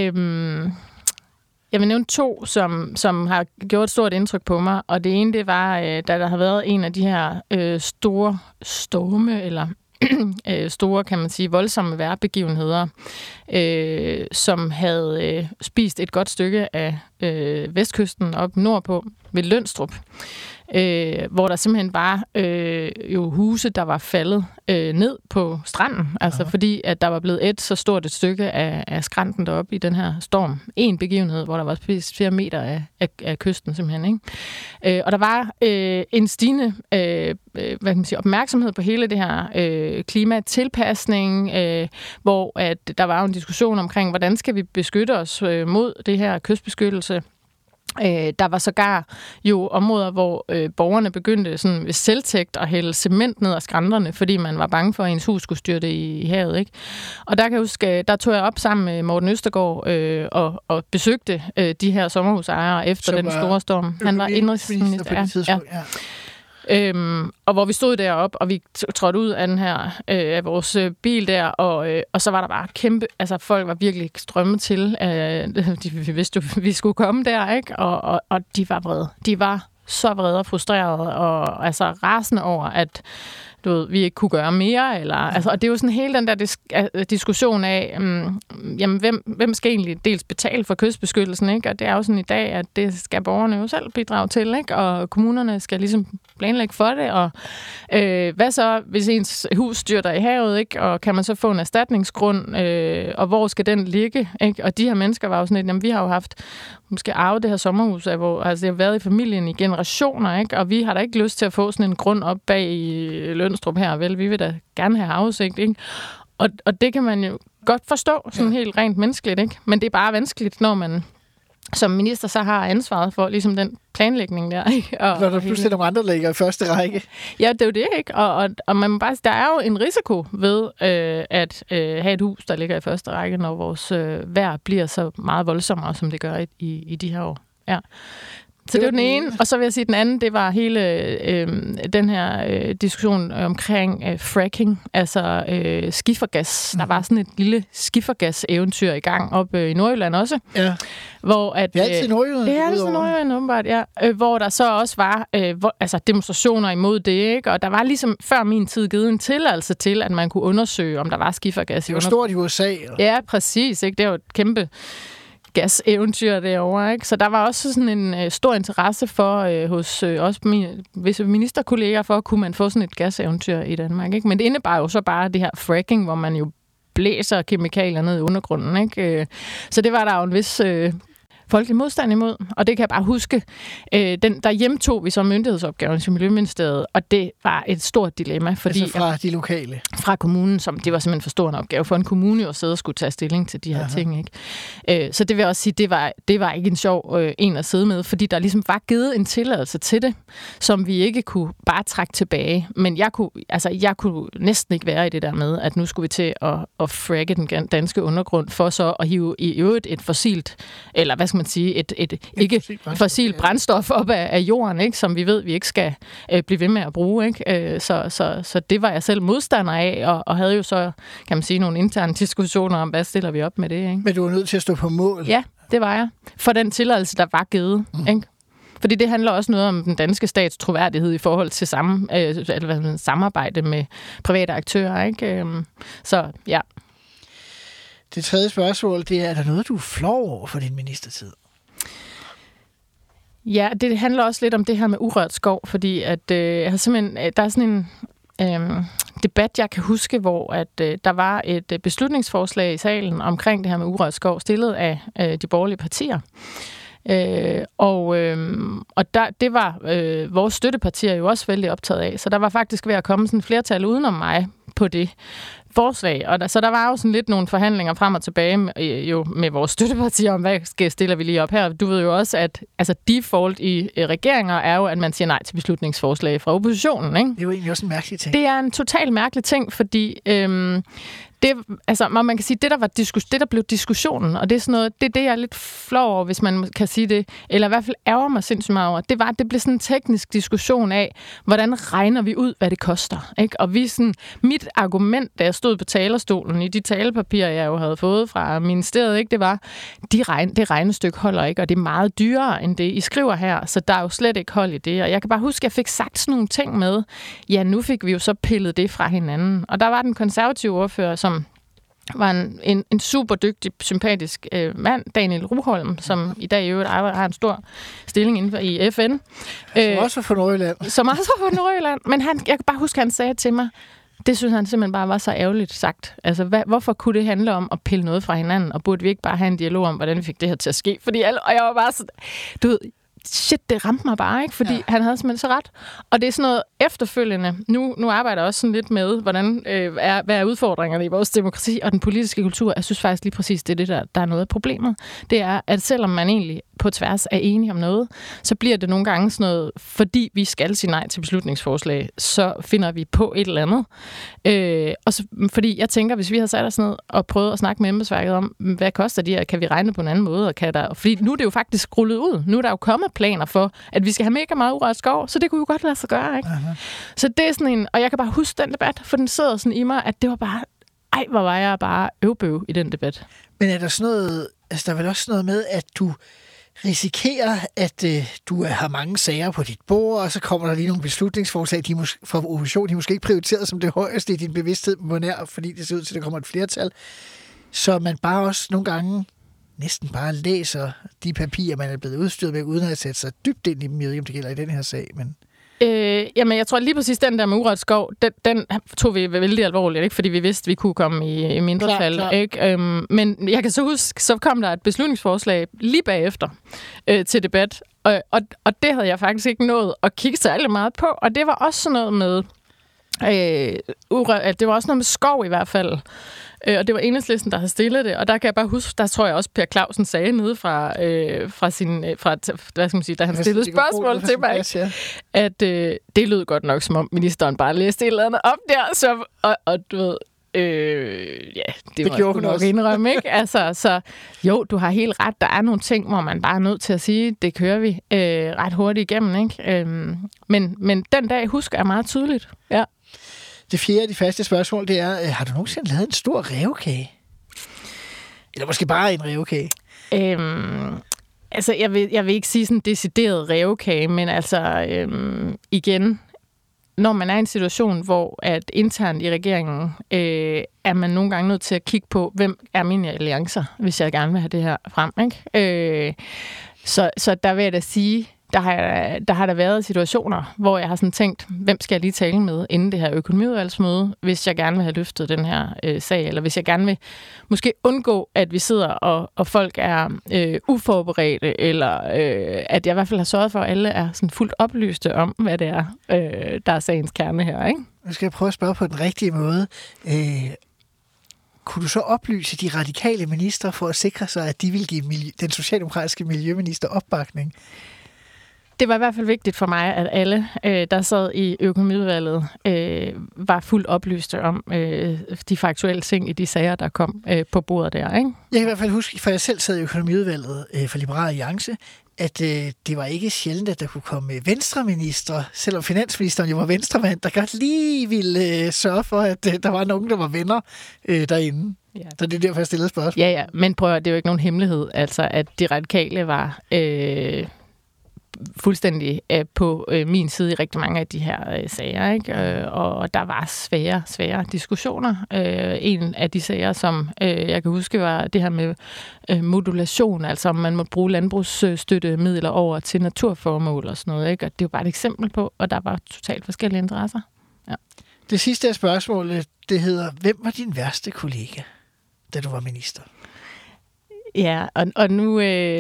jeg vil nævne 2, som har gjort et stort indtryk på mig. Og det ene, det var, da der har været en af de her store storme, eller store, kan man sige, voldsomme vejrbegivenheder, som havde spist et godt stykke af vestkysten op nordpå ved Lønstrup. Hvor der simpelthen var jo huse, der var faldet ned på stranden, altså fordi at der var blevet et så stort et stykke af skrænten deroppe i den her storm. En begivenhed, hvor der var spist 4 meter af kysten simpelthen, ikke? Og der var en stigende hvad kan man sige, opmærksomhed på hele det her klimatilpasning, hvor at der var en diskussion omkring, hvordan skal vi beskytte os mod det her kystbeskyttelse. Der var sågar jo områder, hvor borgerne begyndte sådan ved selvtægt at hælde cement ned ad skrænterne, fordi man var bange for, at ens hus skulle styrte i havet, ikke? Og der kan jeg huske, der tog jeg op sammen med Morten Østergaard og besøgte de her sommerhusejere efter den store storm. Han var indrigsminister på det tidspunkt. Ja. Og hvor vi stod deroppe, og vi trådte ud af den her af vores bil der, og så var der bare kæmpe, altså folk var virkelig strømmet til, de vidste jo, vi skulle komme der, ikke? Og de var vrede. De var så vrede og frustrerede, og altså rasende over, at vi ikke kunne gøre mere, eller, altså, og det er jo sådan hele den der diskussion af, jamen, hvem skal egentlig dels betale for kystbeskyttelsen, ikke? Og det er jo sådan i dag, at det skal borgerne jo selv bidrage til, ikke? Og kommunerne skal ligesom planlægge for det, og hvad så, hvis ens hus styrter i havet, ikke? Og kan man så få en erstatningsgrund, og hvor skal den ligge, ikke? Og de her mennesker var jo sådan lidt, jamen, vi har jo haft måske arvet det her sommerhus, hvor altså, det har været i familien i generationer, ikke? Og vi har da ikke lyst til at få sådan en grund op bag i Lønstrup her, vel? Vi vil da gerne have havudsigt, ikke? Og det kan man jo godt forstå, sådan helt rent menneskeligt, ikke? Men det er bare vanskeligt, når man som minister så har ansvaret for ligesom den planlægning der, ikke? Og når der pludselig nogle andre ligger i første række. Ja, det er jo det, ikke? Og man må bare, der er jo en risiko ved at have et hus, der ligger i første række, når vores vejr bliver så meget voldsommere, som det gør i de her år. Ja. Så det var den ene, og så vil jeg sige, at den anden, det var hele den her diskussion omkring fracking, altså skifergas. Der var sådan et lille skifergas-eventyr i gang op i Nordjylland også. Ja. Hvor at, det er altid Nordjylland. Det er altid Nordjylland, åbenbart, ja. Hvor der så også var demonstrationer imod det, ikke? Og der var ligesom før min tid givet en tilladelse til, at man kunne undersøge, om der var skifergas. Det var stort i USA. Eller? Ja, præcis, ikke? Det var et kæmpe gaseventyr derovre, ikke? Så der var også sådan en stor interesse for hos også visse ministerkolleger for, kunne man få sådan et gaseventyr i Danmark, ikke? Men det indebar jo så bare det her fracking, hvor man jo blæser kemikalier ned i undergrunden, ikke? Så det var der jo en vis folkelig modstand imod, og det kan jeg bare huske. Der hjemtog vi så myndighedsopgaven til Miljøministeriet, og det var et stort dilemma. Fordi altså fra de lokale? Fra kommunen, som det var simpelthen for stor en opgave for en kommune jo at sidde og skulle tage stilling til de her ting, ikke? Så det vil jeg også sige, det var ikke en sjov en at sidde med, fordi der ligesom var givet en tilladelse til det, som vi ikke kunne bare trække tilbage. Men jeg kunne næsten ikke være i det der med, at nu skulle vi til at fracke den danske undergrund for så at hive i øvrigt et fossilt, eller hvad skal man sige, et ikke fossilt brændstof op af jorden, ikke, som vi ved, vi ikke skal blive ved med at bruge, ikke? Så det var jeg selv modstander af, og havde jo så, kan man sige, nogle interne diskussioner om, hvad stiller vi op med det, ikke? Men du var nødt til at stå på mål? Ja, det var jeg. For den tilladelse, der var givet, ikke? Fordi det handler også noget om den danske stats troværdighed i forhold til samarbejde med private aktører, ikke? Så ja. Det tredje spørgsmål, det er der noget, du er flov over for din ministertid? Ja, det handler også lidt om det her med urørt skov, fordi at jeg har simpelthen, der er sådan en debat, jeg kan huske, hvor at der var et beslutningsforslag i salen omkring det her med urørt skov, stillet af de borgerlige partier. Det var vores støttepartier jo også vældig optaget af, så der var faktisk ved at komme sådan flertal udenom mig på det forslag. Så der var jo sådan lidt nogle forhandlinger frem og tilbage med vores støttepartier om, hvad stiller vi lige op her. Du ved jo også, at altså, default i regeringer er jo, at man siger nej til beslutningsforslag fra oppositionen, ikke? Det er jo egentlig også en mærkelig ting. Det er en totalt mærkelig ting, fordi man kan sige, det der blev diskussionen, og det er sådan noget, det er det, jeg er lidt flov over, hvis man kan sige det, eller i hvert fald ærger mig sindssygt meget over, det blev sådan en teknisk diskussion af, hvordan regner vi ud, hvad det koster, ikke? Og mit argument, da jeg stod på talerstolen i de talepapirer, jeg jo havde fået fra ministeriet, ikke, det var, det regnestykke holder ikke, og det er meget dyrere end det, I skriver her, så der er jo slet ikke hold i det, og jeg kan bare huske, at jeg fik sagt sådan nogle ting med, ja, nu fik vi jo så pillet det fra hinanden, og der var den konservative ordfører, som var en super dygtig, sympatisk mand, Daniel Ruholm, som i dag i øvrigt har en stor stilling inden for i FN. Som også var fra Nordjylland. Som også var fra Nordjylland. Men jeg kan bare huske, at han sagde til mig, det synes han simpelthen bare var så ærgerligt sagt. Altså, hvorfor kunne det handle om at pille noget fra hinanden, og burde vi ikke bare have en dialog om, hvordan vi fik det her til at ske? Og jeg var bare sådan, du ved, shit, det ramte mig bare, ikke? Fordi han havde simpelthen så ret. Og det er sådan noget efterfølgende. Nu arbejder jeg også sådan lidt med, hvad er udfordringerne i vores demokrati og den politiske kultur. Jeg synes faktisk lige præcis, det er det, der er noget af problemet. Det er, at selvom man egentlig på tværs er enige om noget, så bliver det nogle gange sådan noget, fordi vi skal sige nej til beslutningsforslag, så finder vi på et eller andet. Fordi jeg tænker, hvis vi har sat os ned og prøvet at snakke med embedsværket om, hvad koster de her, kan vi regne på en anden måde, fordi nu er det jo faktisk rullet ud. Nu er der jo kommet planer for, at vi skal have mega meget urørt skov, så det kunne jo godt lade sig gøre, ikke? Uh-huh. Så det er sådan en, og jeg kan bare huske den debat, for den sidder sådan i mig, at det var bare, hvor var jeg bare øvbøv i den debat. Men er der sådan noget, altså der er vel også noget med, at du risikerer, at du har mange sager på dit bord, og så kommer der lige nogle beslutningsforslag, fra oppositionen, de måske ikke prioriteret som det højeste i din bevidsthed, fordi det ser ud til, at der kommer et flertal. Så man bare også nogle gange næsten bare læser de papirer, man er blevet udstyret med, uden at sætte sig dybt ind i dem. Jeg ved ikke, om det gælder i den her sag, men... Jamen, jeg tror lige præcis, den der med urørt skov, den tog vi vældig alvorligt, ikke? Fordi vi vidste, vi kunne komme i mindretal. Klar. Ikke? Men jeg kan så huske, så kom der et beslutningsforslag lige bagefter til debat, og det havde jeg faktisk ikke nået at kigge særlig meget på, og det var også sådan noget med det var også noget med skov i hvert fald. Og det var Enhedslisten, der havde stillet det, og der kan jeg bare huske, der tror jeg også, Per Clausen sagde nede fra hvad skal man sige, da han stillede spørgsmål til mig, at det lød godt nok, som om ministeren bare læste et eller andet op der, så, og du ved, det var jo nok indrømme, ikke? Altså, så jo, du har helt ret, der er nogle ting, hvor man bare er nødt til at sige, det kører vi ret hurtigt igennem, ikke? Men den dag husker jeg meget tydeligt, ja. Det fjerde af de faste spørgsmål, det er, har du nogensinde lavet en stor rævekage? Eller måske bare en rævekage? Altså, jeg vil ikke sige sådan en decideret rævekage, men altså, igen, når man er i en situation, hvor at internt i regeringen er man nogle gange nødt til at kigge på, hvem er mine alliancer, hvis jeg gerne vil have det her frem, ikke? Så der vil jeg da sige, der har der været situationer, hvor jeg har sådan tænkt, hvem skal jeg lige tale med inden det her økonomiudvalgsmøde, hvis jeg gerne vil have løftet den her sag, eller hvis jeg gerne vil måske undgå, at vi sidder og folk er uforberedte, eller at jeg i hvert fald har sørget for, at alle er sådan fuldt oplyste om, hvad det er, der er sagens kerne her, ikke? Nu skal jeg prøve at spørge på den rigtige måde. Kunne du så oplyse de radikale ministre for at sikre sig, at de vil give den socialdemokratiske miljøminister opbakning? Det var i hvert fald vigtigt for mig, at alle, der sad i økonomiudvalget, var fuldt oplyste om de faktuelle ting i de sager, der kom på bordet der, ikke? Jeg kan i hvert fald huske, for jeg selv sad i økonomiudvalget for Liberal Alliance, at det var ikke sjældent, at der kunne komme venstreministre, selvom finansministeren jo var venstremand, der godt lige ville sørge for, at der var nogen, der var venner derinde. Ja. Så det er derfor, jeg stillede spørgsmål. Ja, men prøv at det er jo ikke nogen hemmelighed, altså at de radikale var... fuldstændig på min side i rigtig mange af de her sager, ikke? Og der var svære diskussioner. En af de sager, som jeg kan huske, var det her med modulation, altså om man må bruge landbrugsstøttemidler over til naturformål og sådan noget, ikke? Og det er jo bare et eksempel på, og der var totalt forskellige interesser. Ja. Det sidste af spørgsmålet, det hedder, hvem var din værste kollega, da du var minister? Ja, og nu...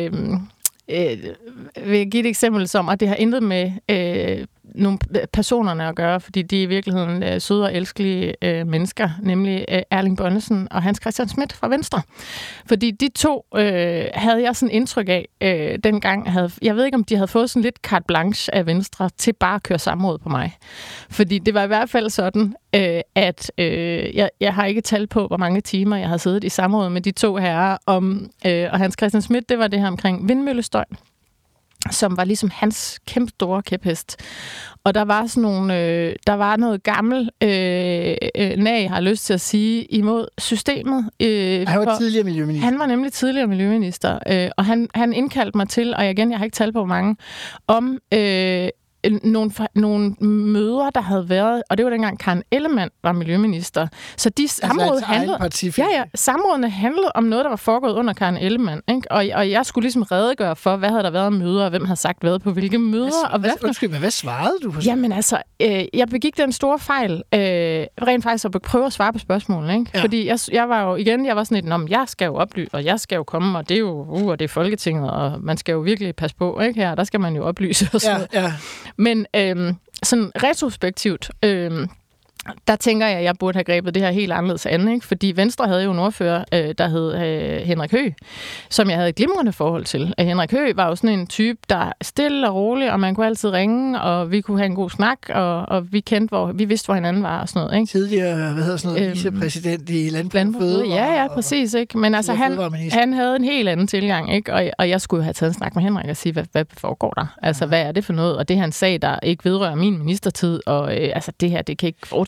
vil jeg give et eksempel som, at det har intet med nogle personerne at gøre, fordi de er i virkeligheden søde og elskelige mennesker, nemlig Erling Bonnesen og Hans Christian Schmidt fra Venstre. Fordi de to havde jeg sådan indtryk af dengang. Jeg ved ikke, om de havde fået sådan lidt carte blanche af Venstre til bare at køre samråd på mig. Fordi det var i hvert fald sådan, at jeg har ikke tal på, hvor mange timer jeg har siddet i samråd med de to herrer om, og Hans Christian Schmidt, det var det her omkring vindmøllestøj, som var ligesom hans kæmpe store kæphest. Og der var sådan nogle, der var noget gammel nag, har lyst til at sige, imod systemet. Han var tidligere miljøminister. Han var nemlig tidligere miljøminister, og han indkaldte mig til, og jeg har ikke talt på hvor mange, om nogle møder, der havde været, og det var dengang Karen Ellemann var miljøminister. Så de samrådene handlede om noget, der var foregået under Karen Ellemann, ikke? Og jeg skulle ligesom redegøre for, hvad havde der været af møder, og hvem havde sagt hvad på hvilke møder. Hvad svarede du på? Jamen altså, jeg begik den store fejl, rent faktisk at prøve at svare på spørgsmålene, ikke? Ja. Fordi jeg var sådan et, jeg skal jo oplyse, og jeg skal jo komme, og det er jo, og det er Folketinget, og man skal jo virkelig passe på, ikke? Her, der skal man jo oplyse og sådan noget. Men sådan retrospektivt, der tænker jeg, at jeg burde have grebet det her helt anderledes an, ikke? Fordi Venstre havde jo en ordfører, der hed Henrik Høegh, som jeg havde et glimrende forhold til. Henrik Høegh var jo sådan en type, der stille og rolig, og man kunne altid ringe, og vi kunne have en god snak, og vi vidste, hvor hinanden var og sådan noget, ikke? Tidligere, vicepræsident i Landbrug. Ja, præcis, ikke? Men altså, han havde en helt anden tilgang, ikke? Og jeg skulle jo have taget en snak med Henrik og sige, hvad foregår der? Altså, hvad er det for noget? Og det her en sag, der ikke vedrører min ministertid, og altså, det her, det kan ikke fortsætte.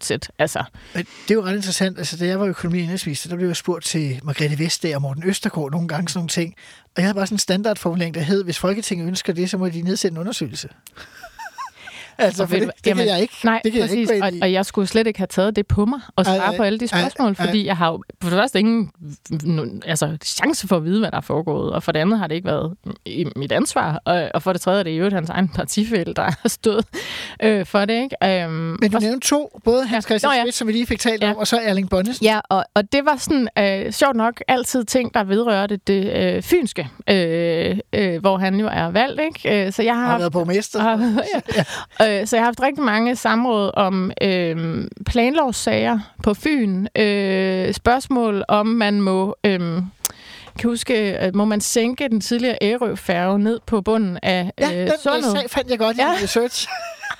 fortsætte. Altså. Men det er jo ret interessant. Altså, da jeg var økonomi- og indenrigsminister, der blev jeg spurgt til Margrethe Vestager og Morten Østergaard nogle gange sådan nogle ting. Og jeg havde bare sådan en standardformulering, der hed, hvis Folketinget ønsker det, så må de nedsætte en undersøgelse. Altså, for det kan jeg ikke. Nej, det kan præcis. Jeg ikke og jeg skulle slet ikke have taget det på mig og svare på alle de spørgsmål, fordi jeg har jo for det første ingen chance for at vide, hvad der er foregået, og for det andet har det ikke været i mit ansvar, og for det tredje er det jo hans egen partifælle, der har stået for det. Ikke? Men du nævnte to, både Hans Christian Schmidt, som vi lige fik talt om, og så Erling Bonnesen. Ja, og det var sådan, sjovt nok, altid ting, der vedrørte det fynske, hvor han jo er valgt. Ikke? Så jeg har været borgmester. Så jeg har haft rigtig mange samråd om planlovssager på Fyn. Spørgsmål om man må... kan huske, må man sænke den tidligere Ærø-færge ned på bunden af sundet? Ja, den fandt jeg godt i research.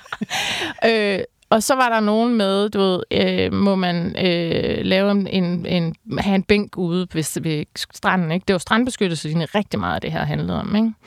Og så var der nogen med, du ved, må man lave have en bænk ude ved stranden, ikke? Det var strandbeskyttelse, det rigtig meget af det her handlede om, ikke?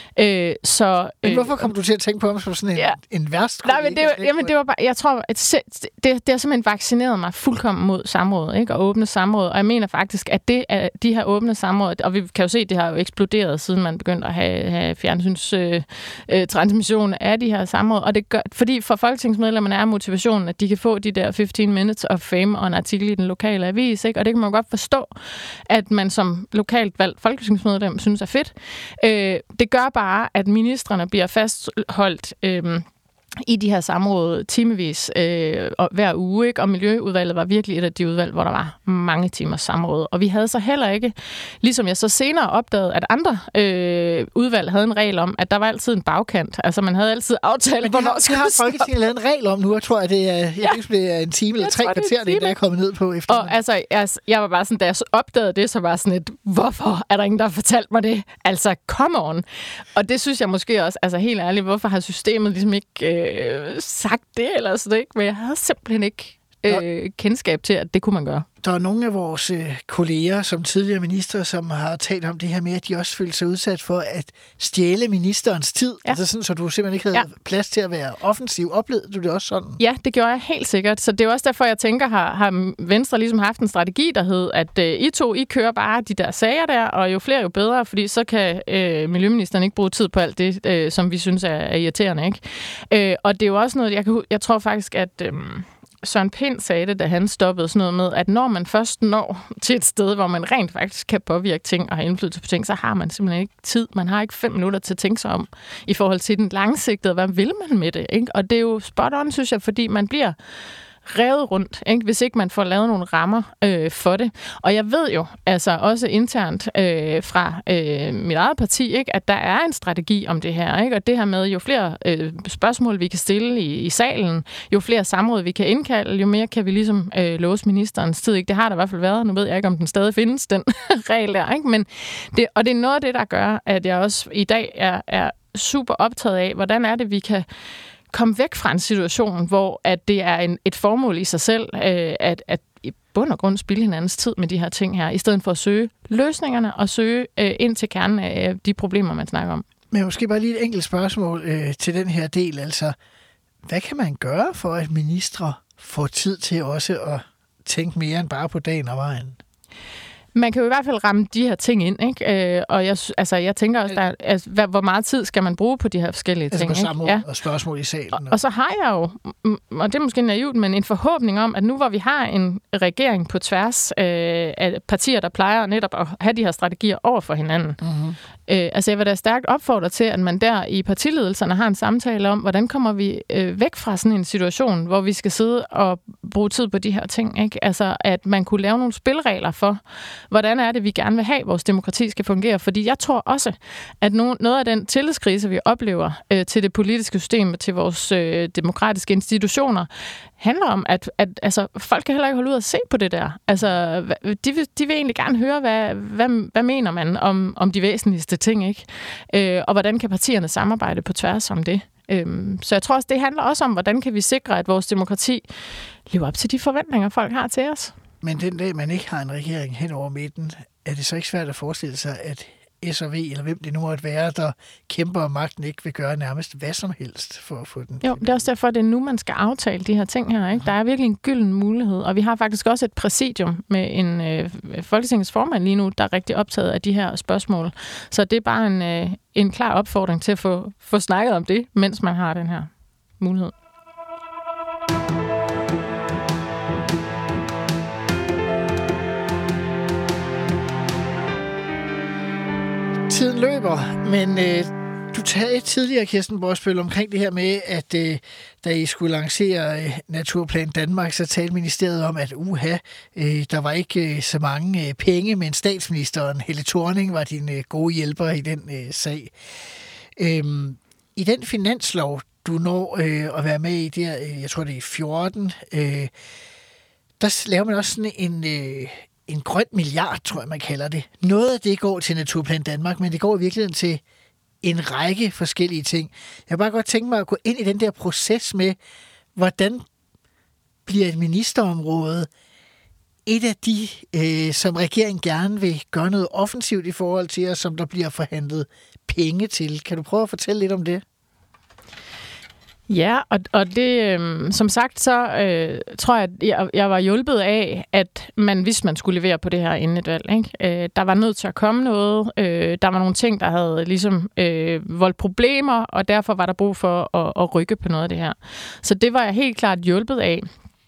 Men hvorfor kom du til at tænke på ham som sådan en værst? Nej, men det var bare, jeg tror, at det har simpelthen vaccineret mig fuldkommen mod samråd, ikke? Og åbne samråd. Og jeg mener faktisk, at de her åbne samråd, og vi kan jo se, at det har jo eksploderet, siden man begyndte at have fjernsyns-transmission af de her samråd. Og det gør, fordi for folketingsmedlemmerne er motivationen, at de kan få de der 15 minutes of fame og en artikel i den lokale avis, ikke? Og det kan man godt forstå, at man som lokalt valgt folketingsmedlem synes er fedt. Det gør bare, at ministrene bliver fastholdt i de her samråd timevis hver uge, ikke? Og Miljøudvalget var virkelig et af de udvalg, hvor der var mange timers samråd. Og vi havde så heller ikke, ligesom jeg så senere opdagede, at andre udvalg havde en regel om, at der var altid en bagkant. Altså man havde altid aftalt, hvornår skulle har Folketinget lavet en regel om nu, jeg tror, at det er en time eller 3 kvarter, det er kommet ned på efter. Og altså, jeg var bare sådan, da jeg opdagede det, så var sådan et, hvorfor er der ingen, der har fortalt mig det? Altså, come on. Og det synes jeg måske også, altså helt ærligt, hvorfor har systemet ligesom ikke sagt det eller sådan, ikke? Men jeg havde simpelthen ikke kendskab til, at det kunne man gøre. Der er nogle af vores kolleger, som tidligere minister, som har talt om det her med, at de også følte sig udsat for at stjæle ministerens tid. Ja. Altså sådan, så du simpelthen ikke havde plads til at være offensiv. Oplevede du det også sådan? Ja, det gjorde jeg helt sikkert. Så det er også derfor, jeg tænker, har Venstre ligesom haft en strategi, der hed, at I kører bare de der sager der, og jo flere, jo bedre, fordi så kan miljøministeren ikke bruge tid på alt det, som vi synes er irriterende, ikke? Og det er jo også noget, jeg tror faktisk, at... Søren Pind sagde det, da han stoppede sådan noget med, at når man først når til et sted, hvor man rent faktisk kan påvirke ting og have indflydelse på ting, så har man simpelthen ikke tid. Man har ikke 5 minutter til at tænke sig om i forhold til den langsigtede. Hvad vil man med det? Ikke? Og det er jo spot on, synes jeg, fordi man bliver revet rundt, ikke? Hvis ikke man får lavet nogle rammer for det. Og jeg ved jo, altså også internt fra mit eget parti, ikke, at der er en strategi om det her, ikke? Og det her med, jo flere spørgsmål vi kan stille i salen, jo flere samråd vi kan indkalde, jo mere kan vi ligesom låse ministerens tid, ikke? Det har der i hvert fald været. Nu ved jeg ikke, om den stadig findes, den regel der, ikke? Men det er noget af det, der gør, at jeg også i dag er super optaget af, hvordan er det, vi kan komme væk fra en situation, hvor at det er et formål i sig selv, at i bund og grund spilde hinandens tid med de her ting her, i stedet for at søge løsningerne og søge ind til kernen af de problemer, man snakker om. Men måske bare lige et enkelt spørgsmål til den her del. Altså, hvad kan man gøre for, at ministre får tid til også at tænke mere end bare på dagen og vejen? Man kan jo i hvert fald ramme de her ting ind, ikke? Og jeg tænker også, hvor meget tid skal man bruge på de her forskellige ting, ikke? Altså og spørgsmål i salen. Og så har jeg jo, og det er måske naivt, men en forhåbning om, at nu hvor vi har en regering på tværs af partier, der plejer netop at have de her strategier over for hinanden. Mm-hmm. Jeg vil da stærkt opfordre til, at man der i partiledelserne har en samtale om, hvordan kommer vi væk fra sådan en situation, hvor vi skal sidde og bruge tid på de her ting, ikke? Altså, at man kunne lave nogle spilregler for, hvordan er det, vi gerne vil have, vores demokrati skal fungere. Fordi jeg tror også, at noget af den tillidskrise, vi oplever til det politiske system og til vores demokratiske institutioner, handler om, at altså, folk kan heller ikke holde ud og se på det der. Altså, de vil egentlig gerne høre, hvad mener man om de væsentligste ting, ikke? Og hvordan kan partierne samarbejde på tværs om det? Så jeg tror også, det handler også om, hvordan kan vi sikre, at vores demokrati lever op til de forventninger, folk har til os. Men den dag, man ikke har en regering hen over midten, er det så ikke svært at forestille sig, at S&V, eller hvem det nu måtte være, der kæmper, og magten ikke vil gøre nærmest hvad som helst for at få den. Jo, det er også derfor, det er nu, man skal aftale de her ting her. Ikke? Der er virkelig en gylden mulighed, og vi har faktisk også et præsidium med en Folketingets formand lige nu, der er rigtig optaget af de her spørgsmål. Så det er bare en klar opfordring til at få snakket om det, mens man har den her mulighed. Tiden løber, men du talte tidligere, Kirsten Brosbøl, omkring det her med, at da I skulle lancere Naturplan Danmark, så talte ministeriet om, at der var ikke så mange penge, men statsministeren Helle Thorning var din gode hjælper i den sag. I den finanslov, du når at være med i, der, jeg tror det er 14, der laver man også sådan en grøn milliard, tror jeg, man kalder det. Noget af det går til Naturplan Danmark, men det går i virkeligheden til en række forskellige ting. Jeg har bare godt tænkt mig at gå ind i den der proces med, hvordan bliver et ministerområde et af de, som regeringen gerne vil gøre noget offensivt i forhold til, og som der bliver forhandlet penge til. Kan du prøve at fortælle lidt om det? Ja, og det, som sagt, så tror jeg, at jeg var hjulpet af, at man vidste, man skulle levere på det her inden et valg. Ikke? Der var nødt til at komme noget. Der var nogle ting, der havde ligesom voldt problemer, og derfor var der brug for at rykke på noget af det her. Så det var jeg helt klart hjulpet af.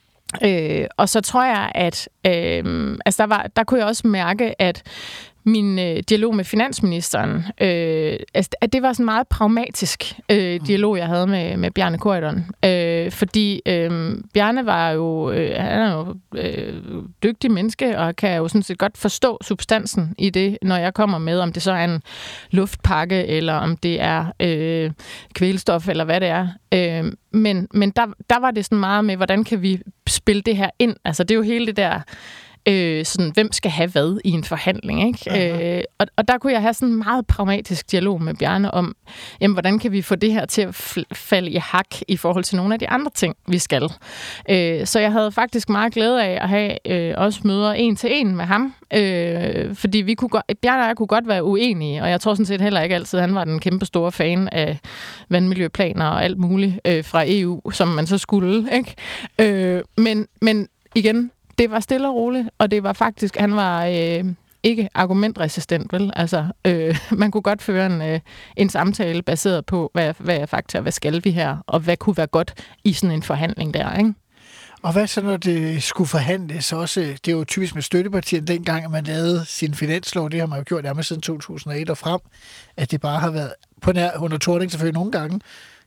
Og så tror jeg, at der kunne jeg også mærke, at min dialog med finansministeren, at det var sådan en meget pragmatisk dialog, jeg havde med Bjarne Corydon. Fordi Bjarne var jo, han er jo dygtig menneske, og kan jo sådan set godt forstå substansen i det, når jeg kommer med, om det så er en luftpakke, eller om det er kvælstof, eller hvad det er. Men der var det sådan meget med, hvordan kan vi spille det her ind? Altså det er jo hele det der sådan, hvem skal have hvad i en forhandling, ikke? Og der kunne jeg have sådan en meget pragmatisk dialog med Bjarne om, jamen, hvordan kan vi få det her til at falde i hak i forhold til nogle af de andre ting, vi skal. Så jeg havde faktisk meget glæde af at have også møder 1-1 med ham, fordi Bjarne og jeg kunne godt være uenige, og jeg tror sådan set heller ikke altid, han var den kæmpe store fan af vandmiljøplaner og alt muligt fra EU, som man så skulle, ikke? Men igen, det var stille og roligt, og det var faktisk, han var ikke argumentresistent, vel? Altså, man kunne godt føre en samtale baseret på, hvad er fakta, hvad skal vi her, og hvad kunne være godt i sådan en forhandling der, ikke? Og hvad så, når det skulle forhandles også? Det er jo typisk med støttepartierne, dengang at man lavede sin finanslov, det har man jo gjort nærmest siden 2001 og frem, at det bare har været på nær under Thorning selvfølgelig nogle gange,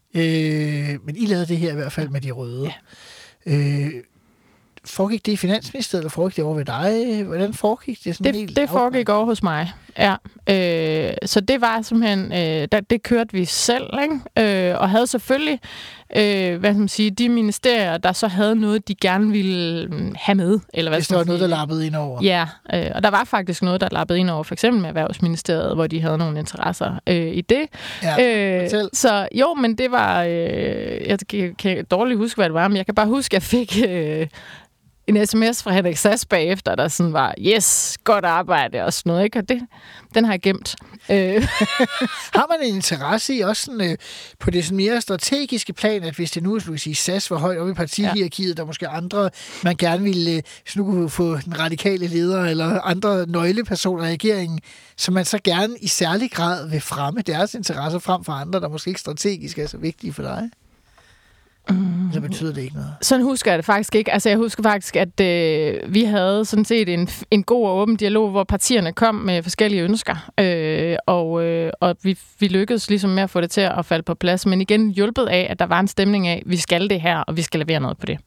men I lavede det her i hvert fald med de røde. Ja. Foregik det i Finansministeriet, eller foregik det over ved dig? Hvordan foregik det? Det foregik over hos mig, ja. Så det var simpelthen, det kørte vi selv, ikke? Og havde selvfølgelig, hvad kan man sige, de ministerier, der så havde noget, de gerne ville have med. Eller hvad hvis der var noget, der lappede ind over. Ja, og der var faktisk noget, der lappede ind over, for eksempel med Erhvervsministeriet, hvor de havde nogle interesser i det. Ja, så jo, men det var, jeg kan dårligt huske, hvad det var, men jeg kan bare huske, at jeg fik en sms fra Henrik Sass bagefter, der sådan var, yes, godt arbejde og sådan noget, ikke? Og den har jeg gemt. Har man en interesse i også sådan, på det sådan mere strategiske plan, at hvis det nu, skulle sige, Sass var højt oppe i partihierarkiet, der måske andre, man gerne ville, hvis nu kunne få den radikale leder eller andre nøglepersoner i regeringen, som man så gerne i særlig grad vil fremme deres interesser frem for andre, der måske ikke strategisk er så vigtige for dig? Så betyder det ikke noget? Sådan husker jeg det faktisk ikke. Altså jeg husker faktisk, at vi havde sådan set en god og åben dialog, hvor partierne kom med forskellige ønsker. Og vi lykkedes ligesom med at få det til at falde på plads. Men igen hjulpet af, at der var en stemning af, vi skal det her, og vi skal levere noget på det.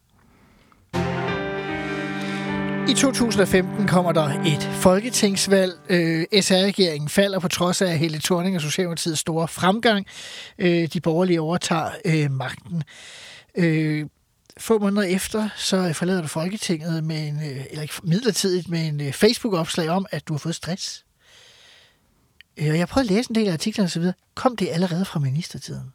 I 2015 kommer der et folketingsvalg. SR-regeringen falder på trods af Helle Thorning og Socialdemokratiets store fremgang. De borgerlige overtager magten. Få måneder efter, så forlader du Folketinget med midlertidigt med en Facebook-opslag om, at du har fået stress. Jeg har prøvet at læse en del af artiklerne og så videre. Kom det allerede fra ministertiden?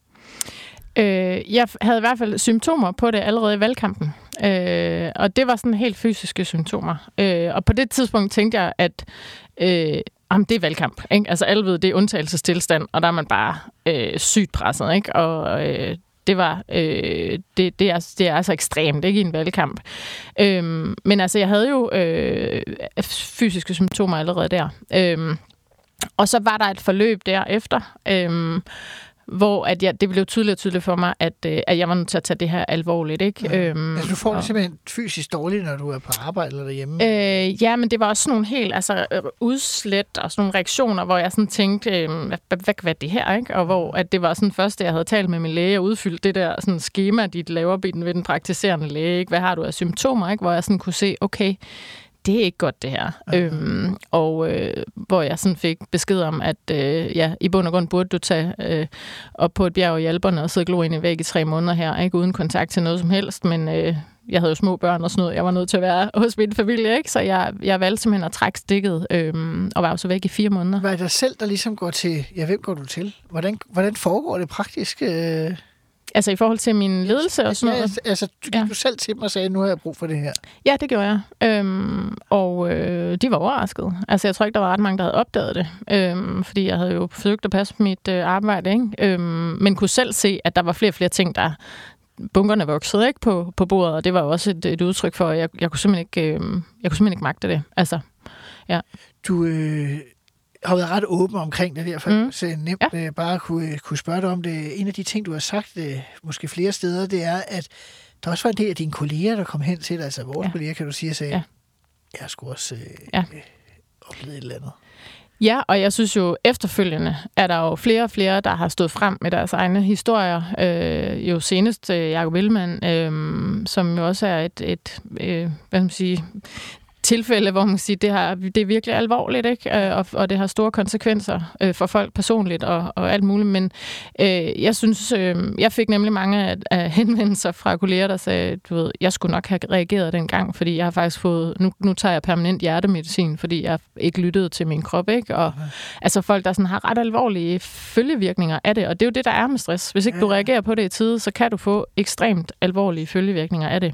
Jeg havde i hvert fald symptomer på det allerede i valgkampen. Og det var sådan helt fysiske symptomer. Og på det tidspunkt tænkte jeg, at Jamen, det er valgkamp, ikke? Altså, alle ved, det er undtagelsestilstand, og der er man bare sygt presset, ikke? Og det er altså ekstremt, ikke, i en valgkamp. Men altså, jeg havde jo fysiske symptomer allerede der. Og så var der et forløb derefter, hvor det blev tydeligt for mig, at jeg var nødt til at tage det her alvorligt, ikke? Altså, du får det simpelthen fysisk dårligt, når du er på arbejde eller derhjemme? Ja, men det var også sådan nogle helt udslet og sådan nogle reaktioner, hvor jeg sådan tænkte, hvad er det her, ikke? Og hvor at det var sådan først, jeg havde talt med min læge og udfyldt det der sådan skema, de laver ved den praktiserende læge, ikke? Hvad har du af symptomer, ikke? Hvor jeg sådan kunne se, okay, det er ikke godt, det her. Hvor jeg sådan fik besked om, at i bund og grund burde du tage op på et bjerg i Alperne og sidde og glo ind i væg i 3 måneder her, ikke uden kontakt til noget som helst, men jeg havde jo små børn og sådan noget. Jeg var nødt til at være hos min familie, ikke? Så jeg valgte simpelthen at trække stikket og var jo så væk i 4 måneder. Var det dig selv, der ligesom går til, hvem går du til? Hvordan foregår det praktisk? Altså i forhold til min ledelse og sådan noget? Altså, du selv til mig og sagde, nu har jeg brug for det her. Ja, det gjorde jeg. De var overraskede. Altså jeg tror ikke, der var ret mange, der havde opdaget det. Fordi jeg havde jo forsøgt at passe mit arbejde, ikke? Men kunne selv se, at der var flere og flere ting, der bunkerne voksede, ikke, på bordet. Og det var også et udtryk for, at jeg kunne simpelthen ikke magte det. Altså, ja. Du har været ret åben omkring det der, for så nemt bare kunne spørge dig om det. En af de ting, du har sagt, måske flere steder, det er, at der også var en del af dine kolleger, der kom hen til dig, altså vores kolleger, kan du sige, og sagde, jeg har sgu også oplevet et eller andet. Ja, og jeg synes jo, efterfølgende er der jo flere og flere, der har stået frem med deres egne historier. Jo senest Jacob Ellemann, som jo også er et hvad skal man sige, tilfælde, hvor man kan sige, det er virkelig alvorligt, ikke? Og det har store konsekvenser for folk personligt og alt muligt. Men jeg synes, jeg fik nemlig mange af henvendelser fra kolleger, der sagde, du ved, jeg skulle nok have reageret dengang, fordi jeg har faktisk fået, nu tager jeg permanent hjertemedicin, fordi jeg ikke lyttede til min krop, ikke? Og altså folk, der sådan har ret alvorlige følgevirkninger af det, og det er jo det, der er med stress. Hvis ikke du reagerer på det i tide, så kan du få ekstremt alvorlige følgevirkninger af det.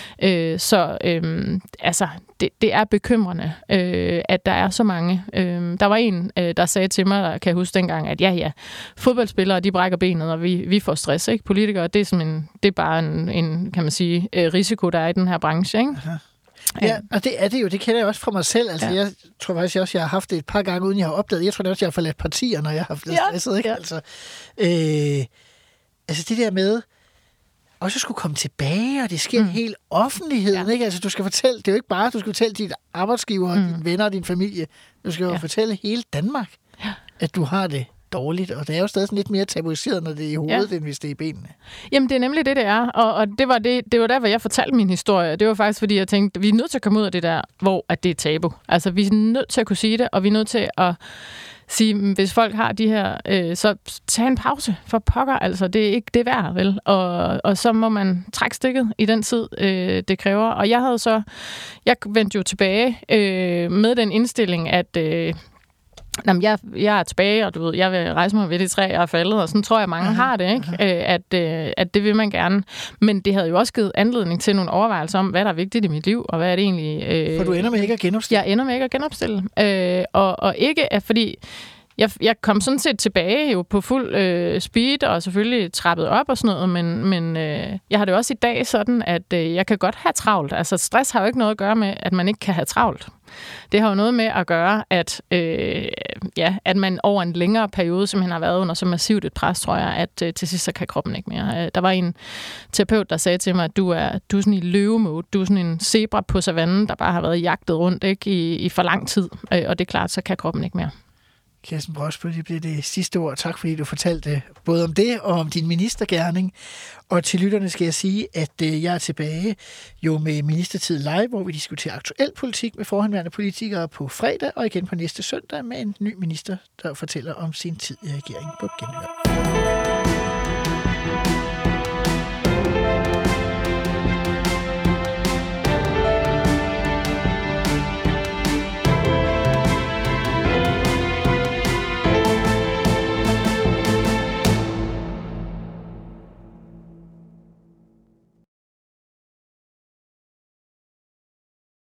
Altså, det er bekymrende, at der er så mange. Der var en, der sagde til mig, der kan jeg huske dengang, at fodboldspillere, de brækker benet, og vi får stress, ikke? Politikere, det er bare en, kan man sige, risiko, der er i den her branche, ikke? Aha. Ja, og det er det jo. Det kender jeg også fra mig selv. Altså, jeg tror faktisk også, jeg har haft det et par gange, uden jeg har opdaget. Jeg tror også, jeg har forladt partier, når jeg har haft det stresset, ikke? Ja. Altså det der med også skulle komme tilbage, og det sker helt offentligheden, ikke? Altså, du skal fortælle, det er jo ikke bare, du skal fortælle dit arbejdsgiver, dine venner og din familie. Du skal jo fortælle hele Danmark, at du har det dårligt, og det er jo stadig sådan lidt mere tabuiseret, når det er i hovedet, end hvis det er i benene. Jamen, det er nemlig det er, og det var der, hvor jeg fortalte min historie. Det var faktisk, fordi jeg tænkte, vi er nødt til at komme ud af det der, hvor at det er tabu. Altså, vi er nødt til at kunne sige det, og vi er nødt til at sige, hvis folk har de her, så tag en pause for pokker, altså det er ikke det værd, vel? Og så må man trække stikket i den tid, det kræver. Og jeg vendte jo tilbage med den indstilling, at jeg er tilbage, og du ved, jeg vil rejse mig ved det træ, jeg er faldet, og sådan tror jeg, mange har det, ikke? At det vil man gerne. Men det havde jo også givet anledning til nogle overvejelser om, hvad der er vigtigt i mit liv, og hvad er det egentlig... For du ender med ikke at genopstille? Jeg ender med ikke at genopstille. Og ikke, fordi jeg kom sådan set tilbage jo på fuld speed, og selvfølgelig trappet op og sådan noget, men jeg har det også i dag sådan, at jeg kan godt have travlt. Altså stress har jo ikke noget at gøre med, at man ikke kan have travlt. Det har jo noget med at gøre, at man over en længere periode simpelthen har været under så massivt et pres, tror jeg, at til sidst så kan kroppen ikke mere. Der var en terapeut, der sagde til mig, at du er sådan i løvemode, du er sådan en zebra på savannen, der bare har været jagtet rundt, ikke, i for lang tid, og det er klart, så kan kroppen ikke mere. Kirsten Brosbøl, det bliver det sidste ord. Tak fordi du fortalte både om det og om din ministergerning. Og til lytterne skal jeg sige, at jeg er tilbage jo med Ministertid Live, hvor vi diskuterer aktuel politik med forhenværende politikere på fredag, og igen på næste søndag med en ny minister, der fortæller om sin tid i regeringen på genhør.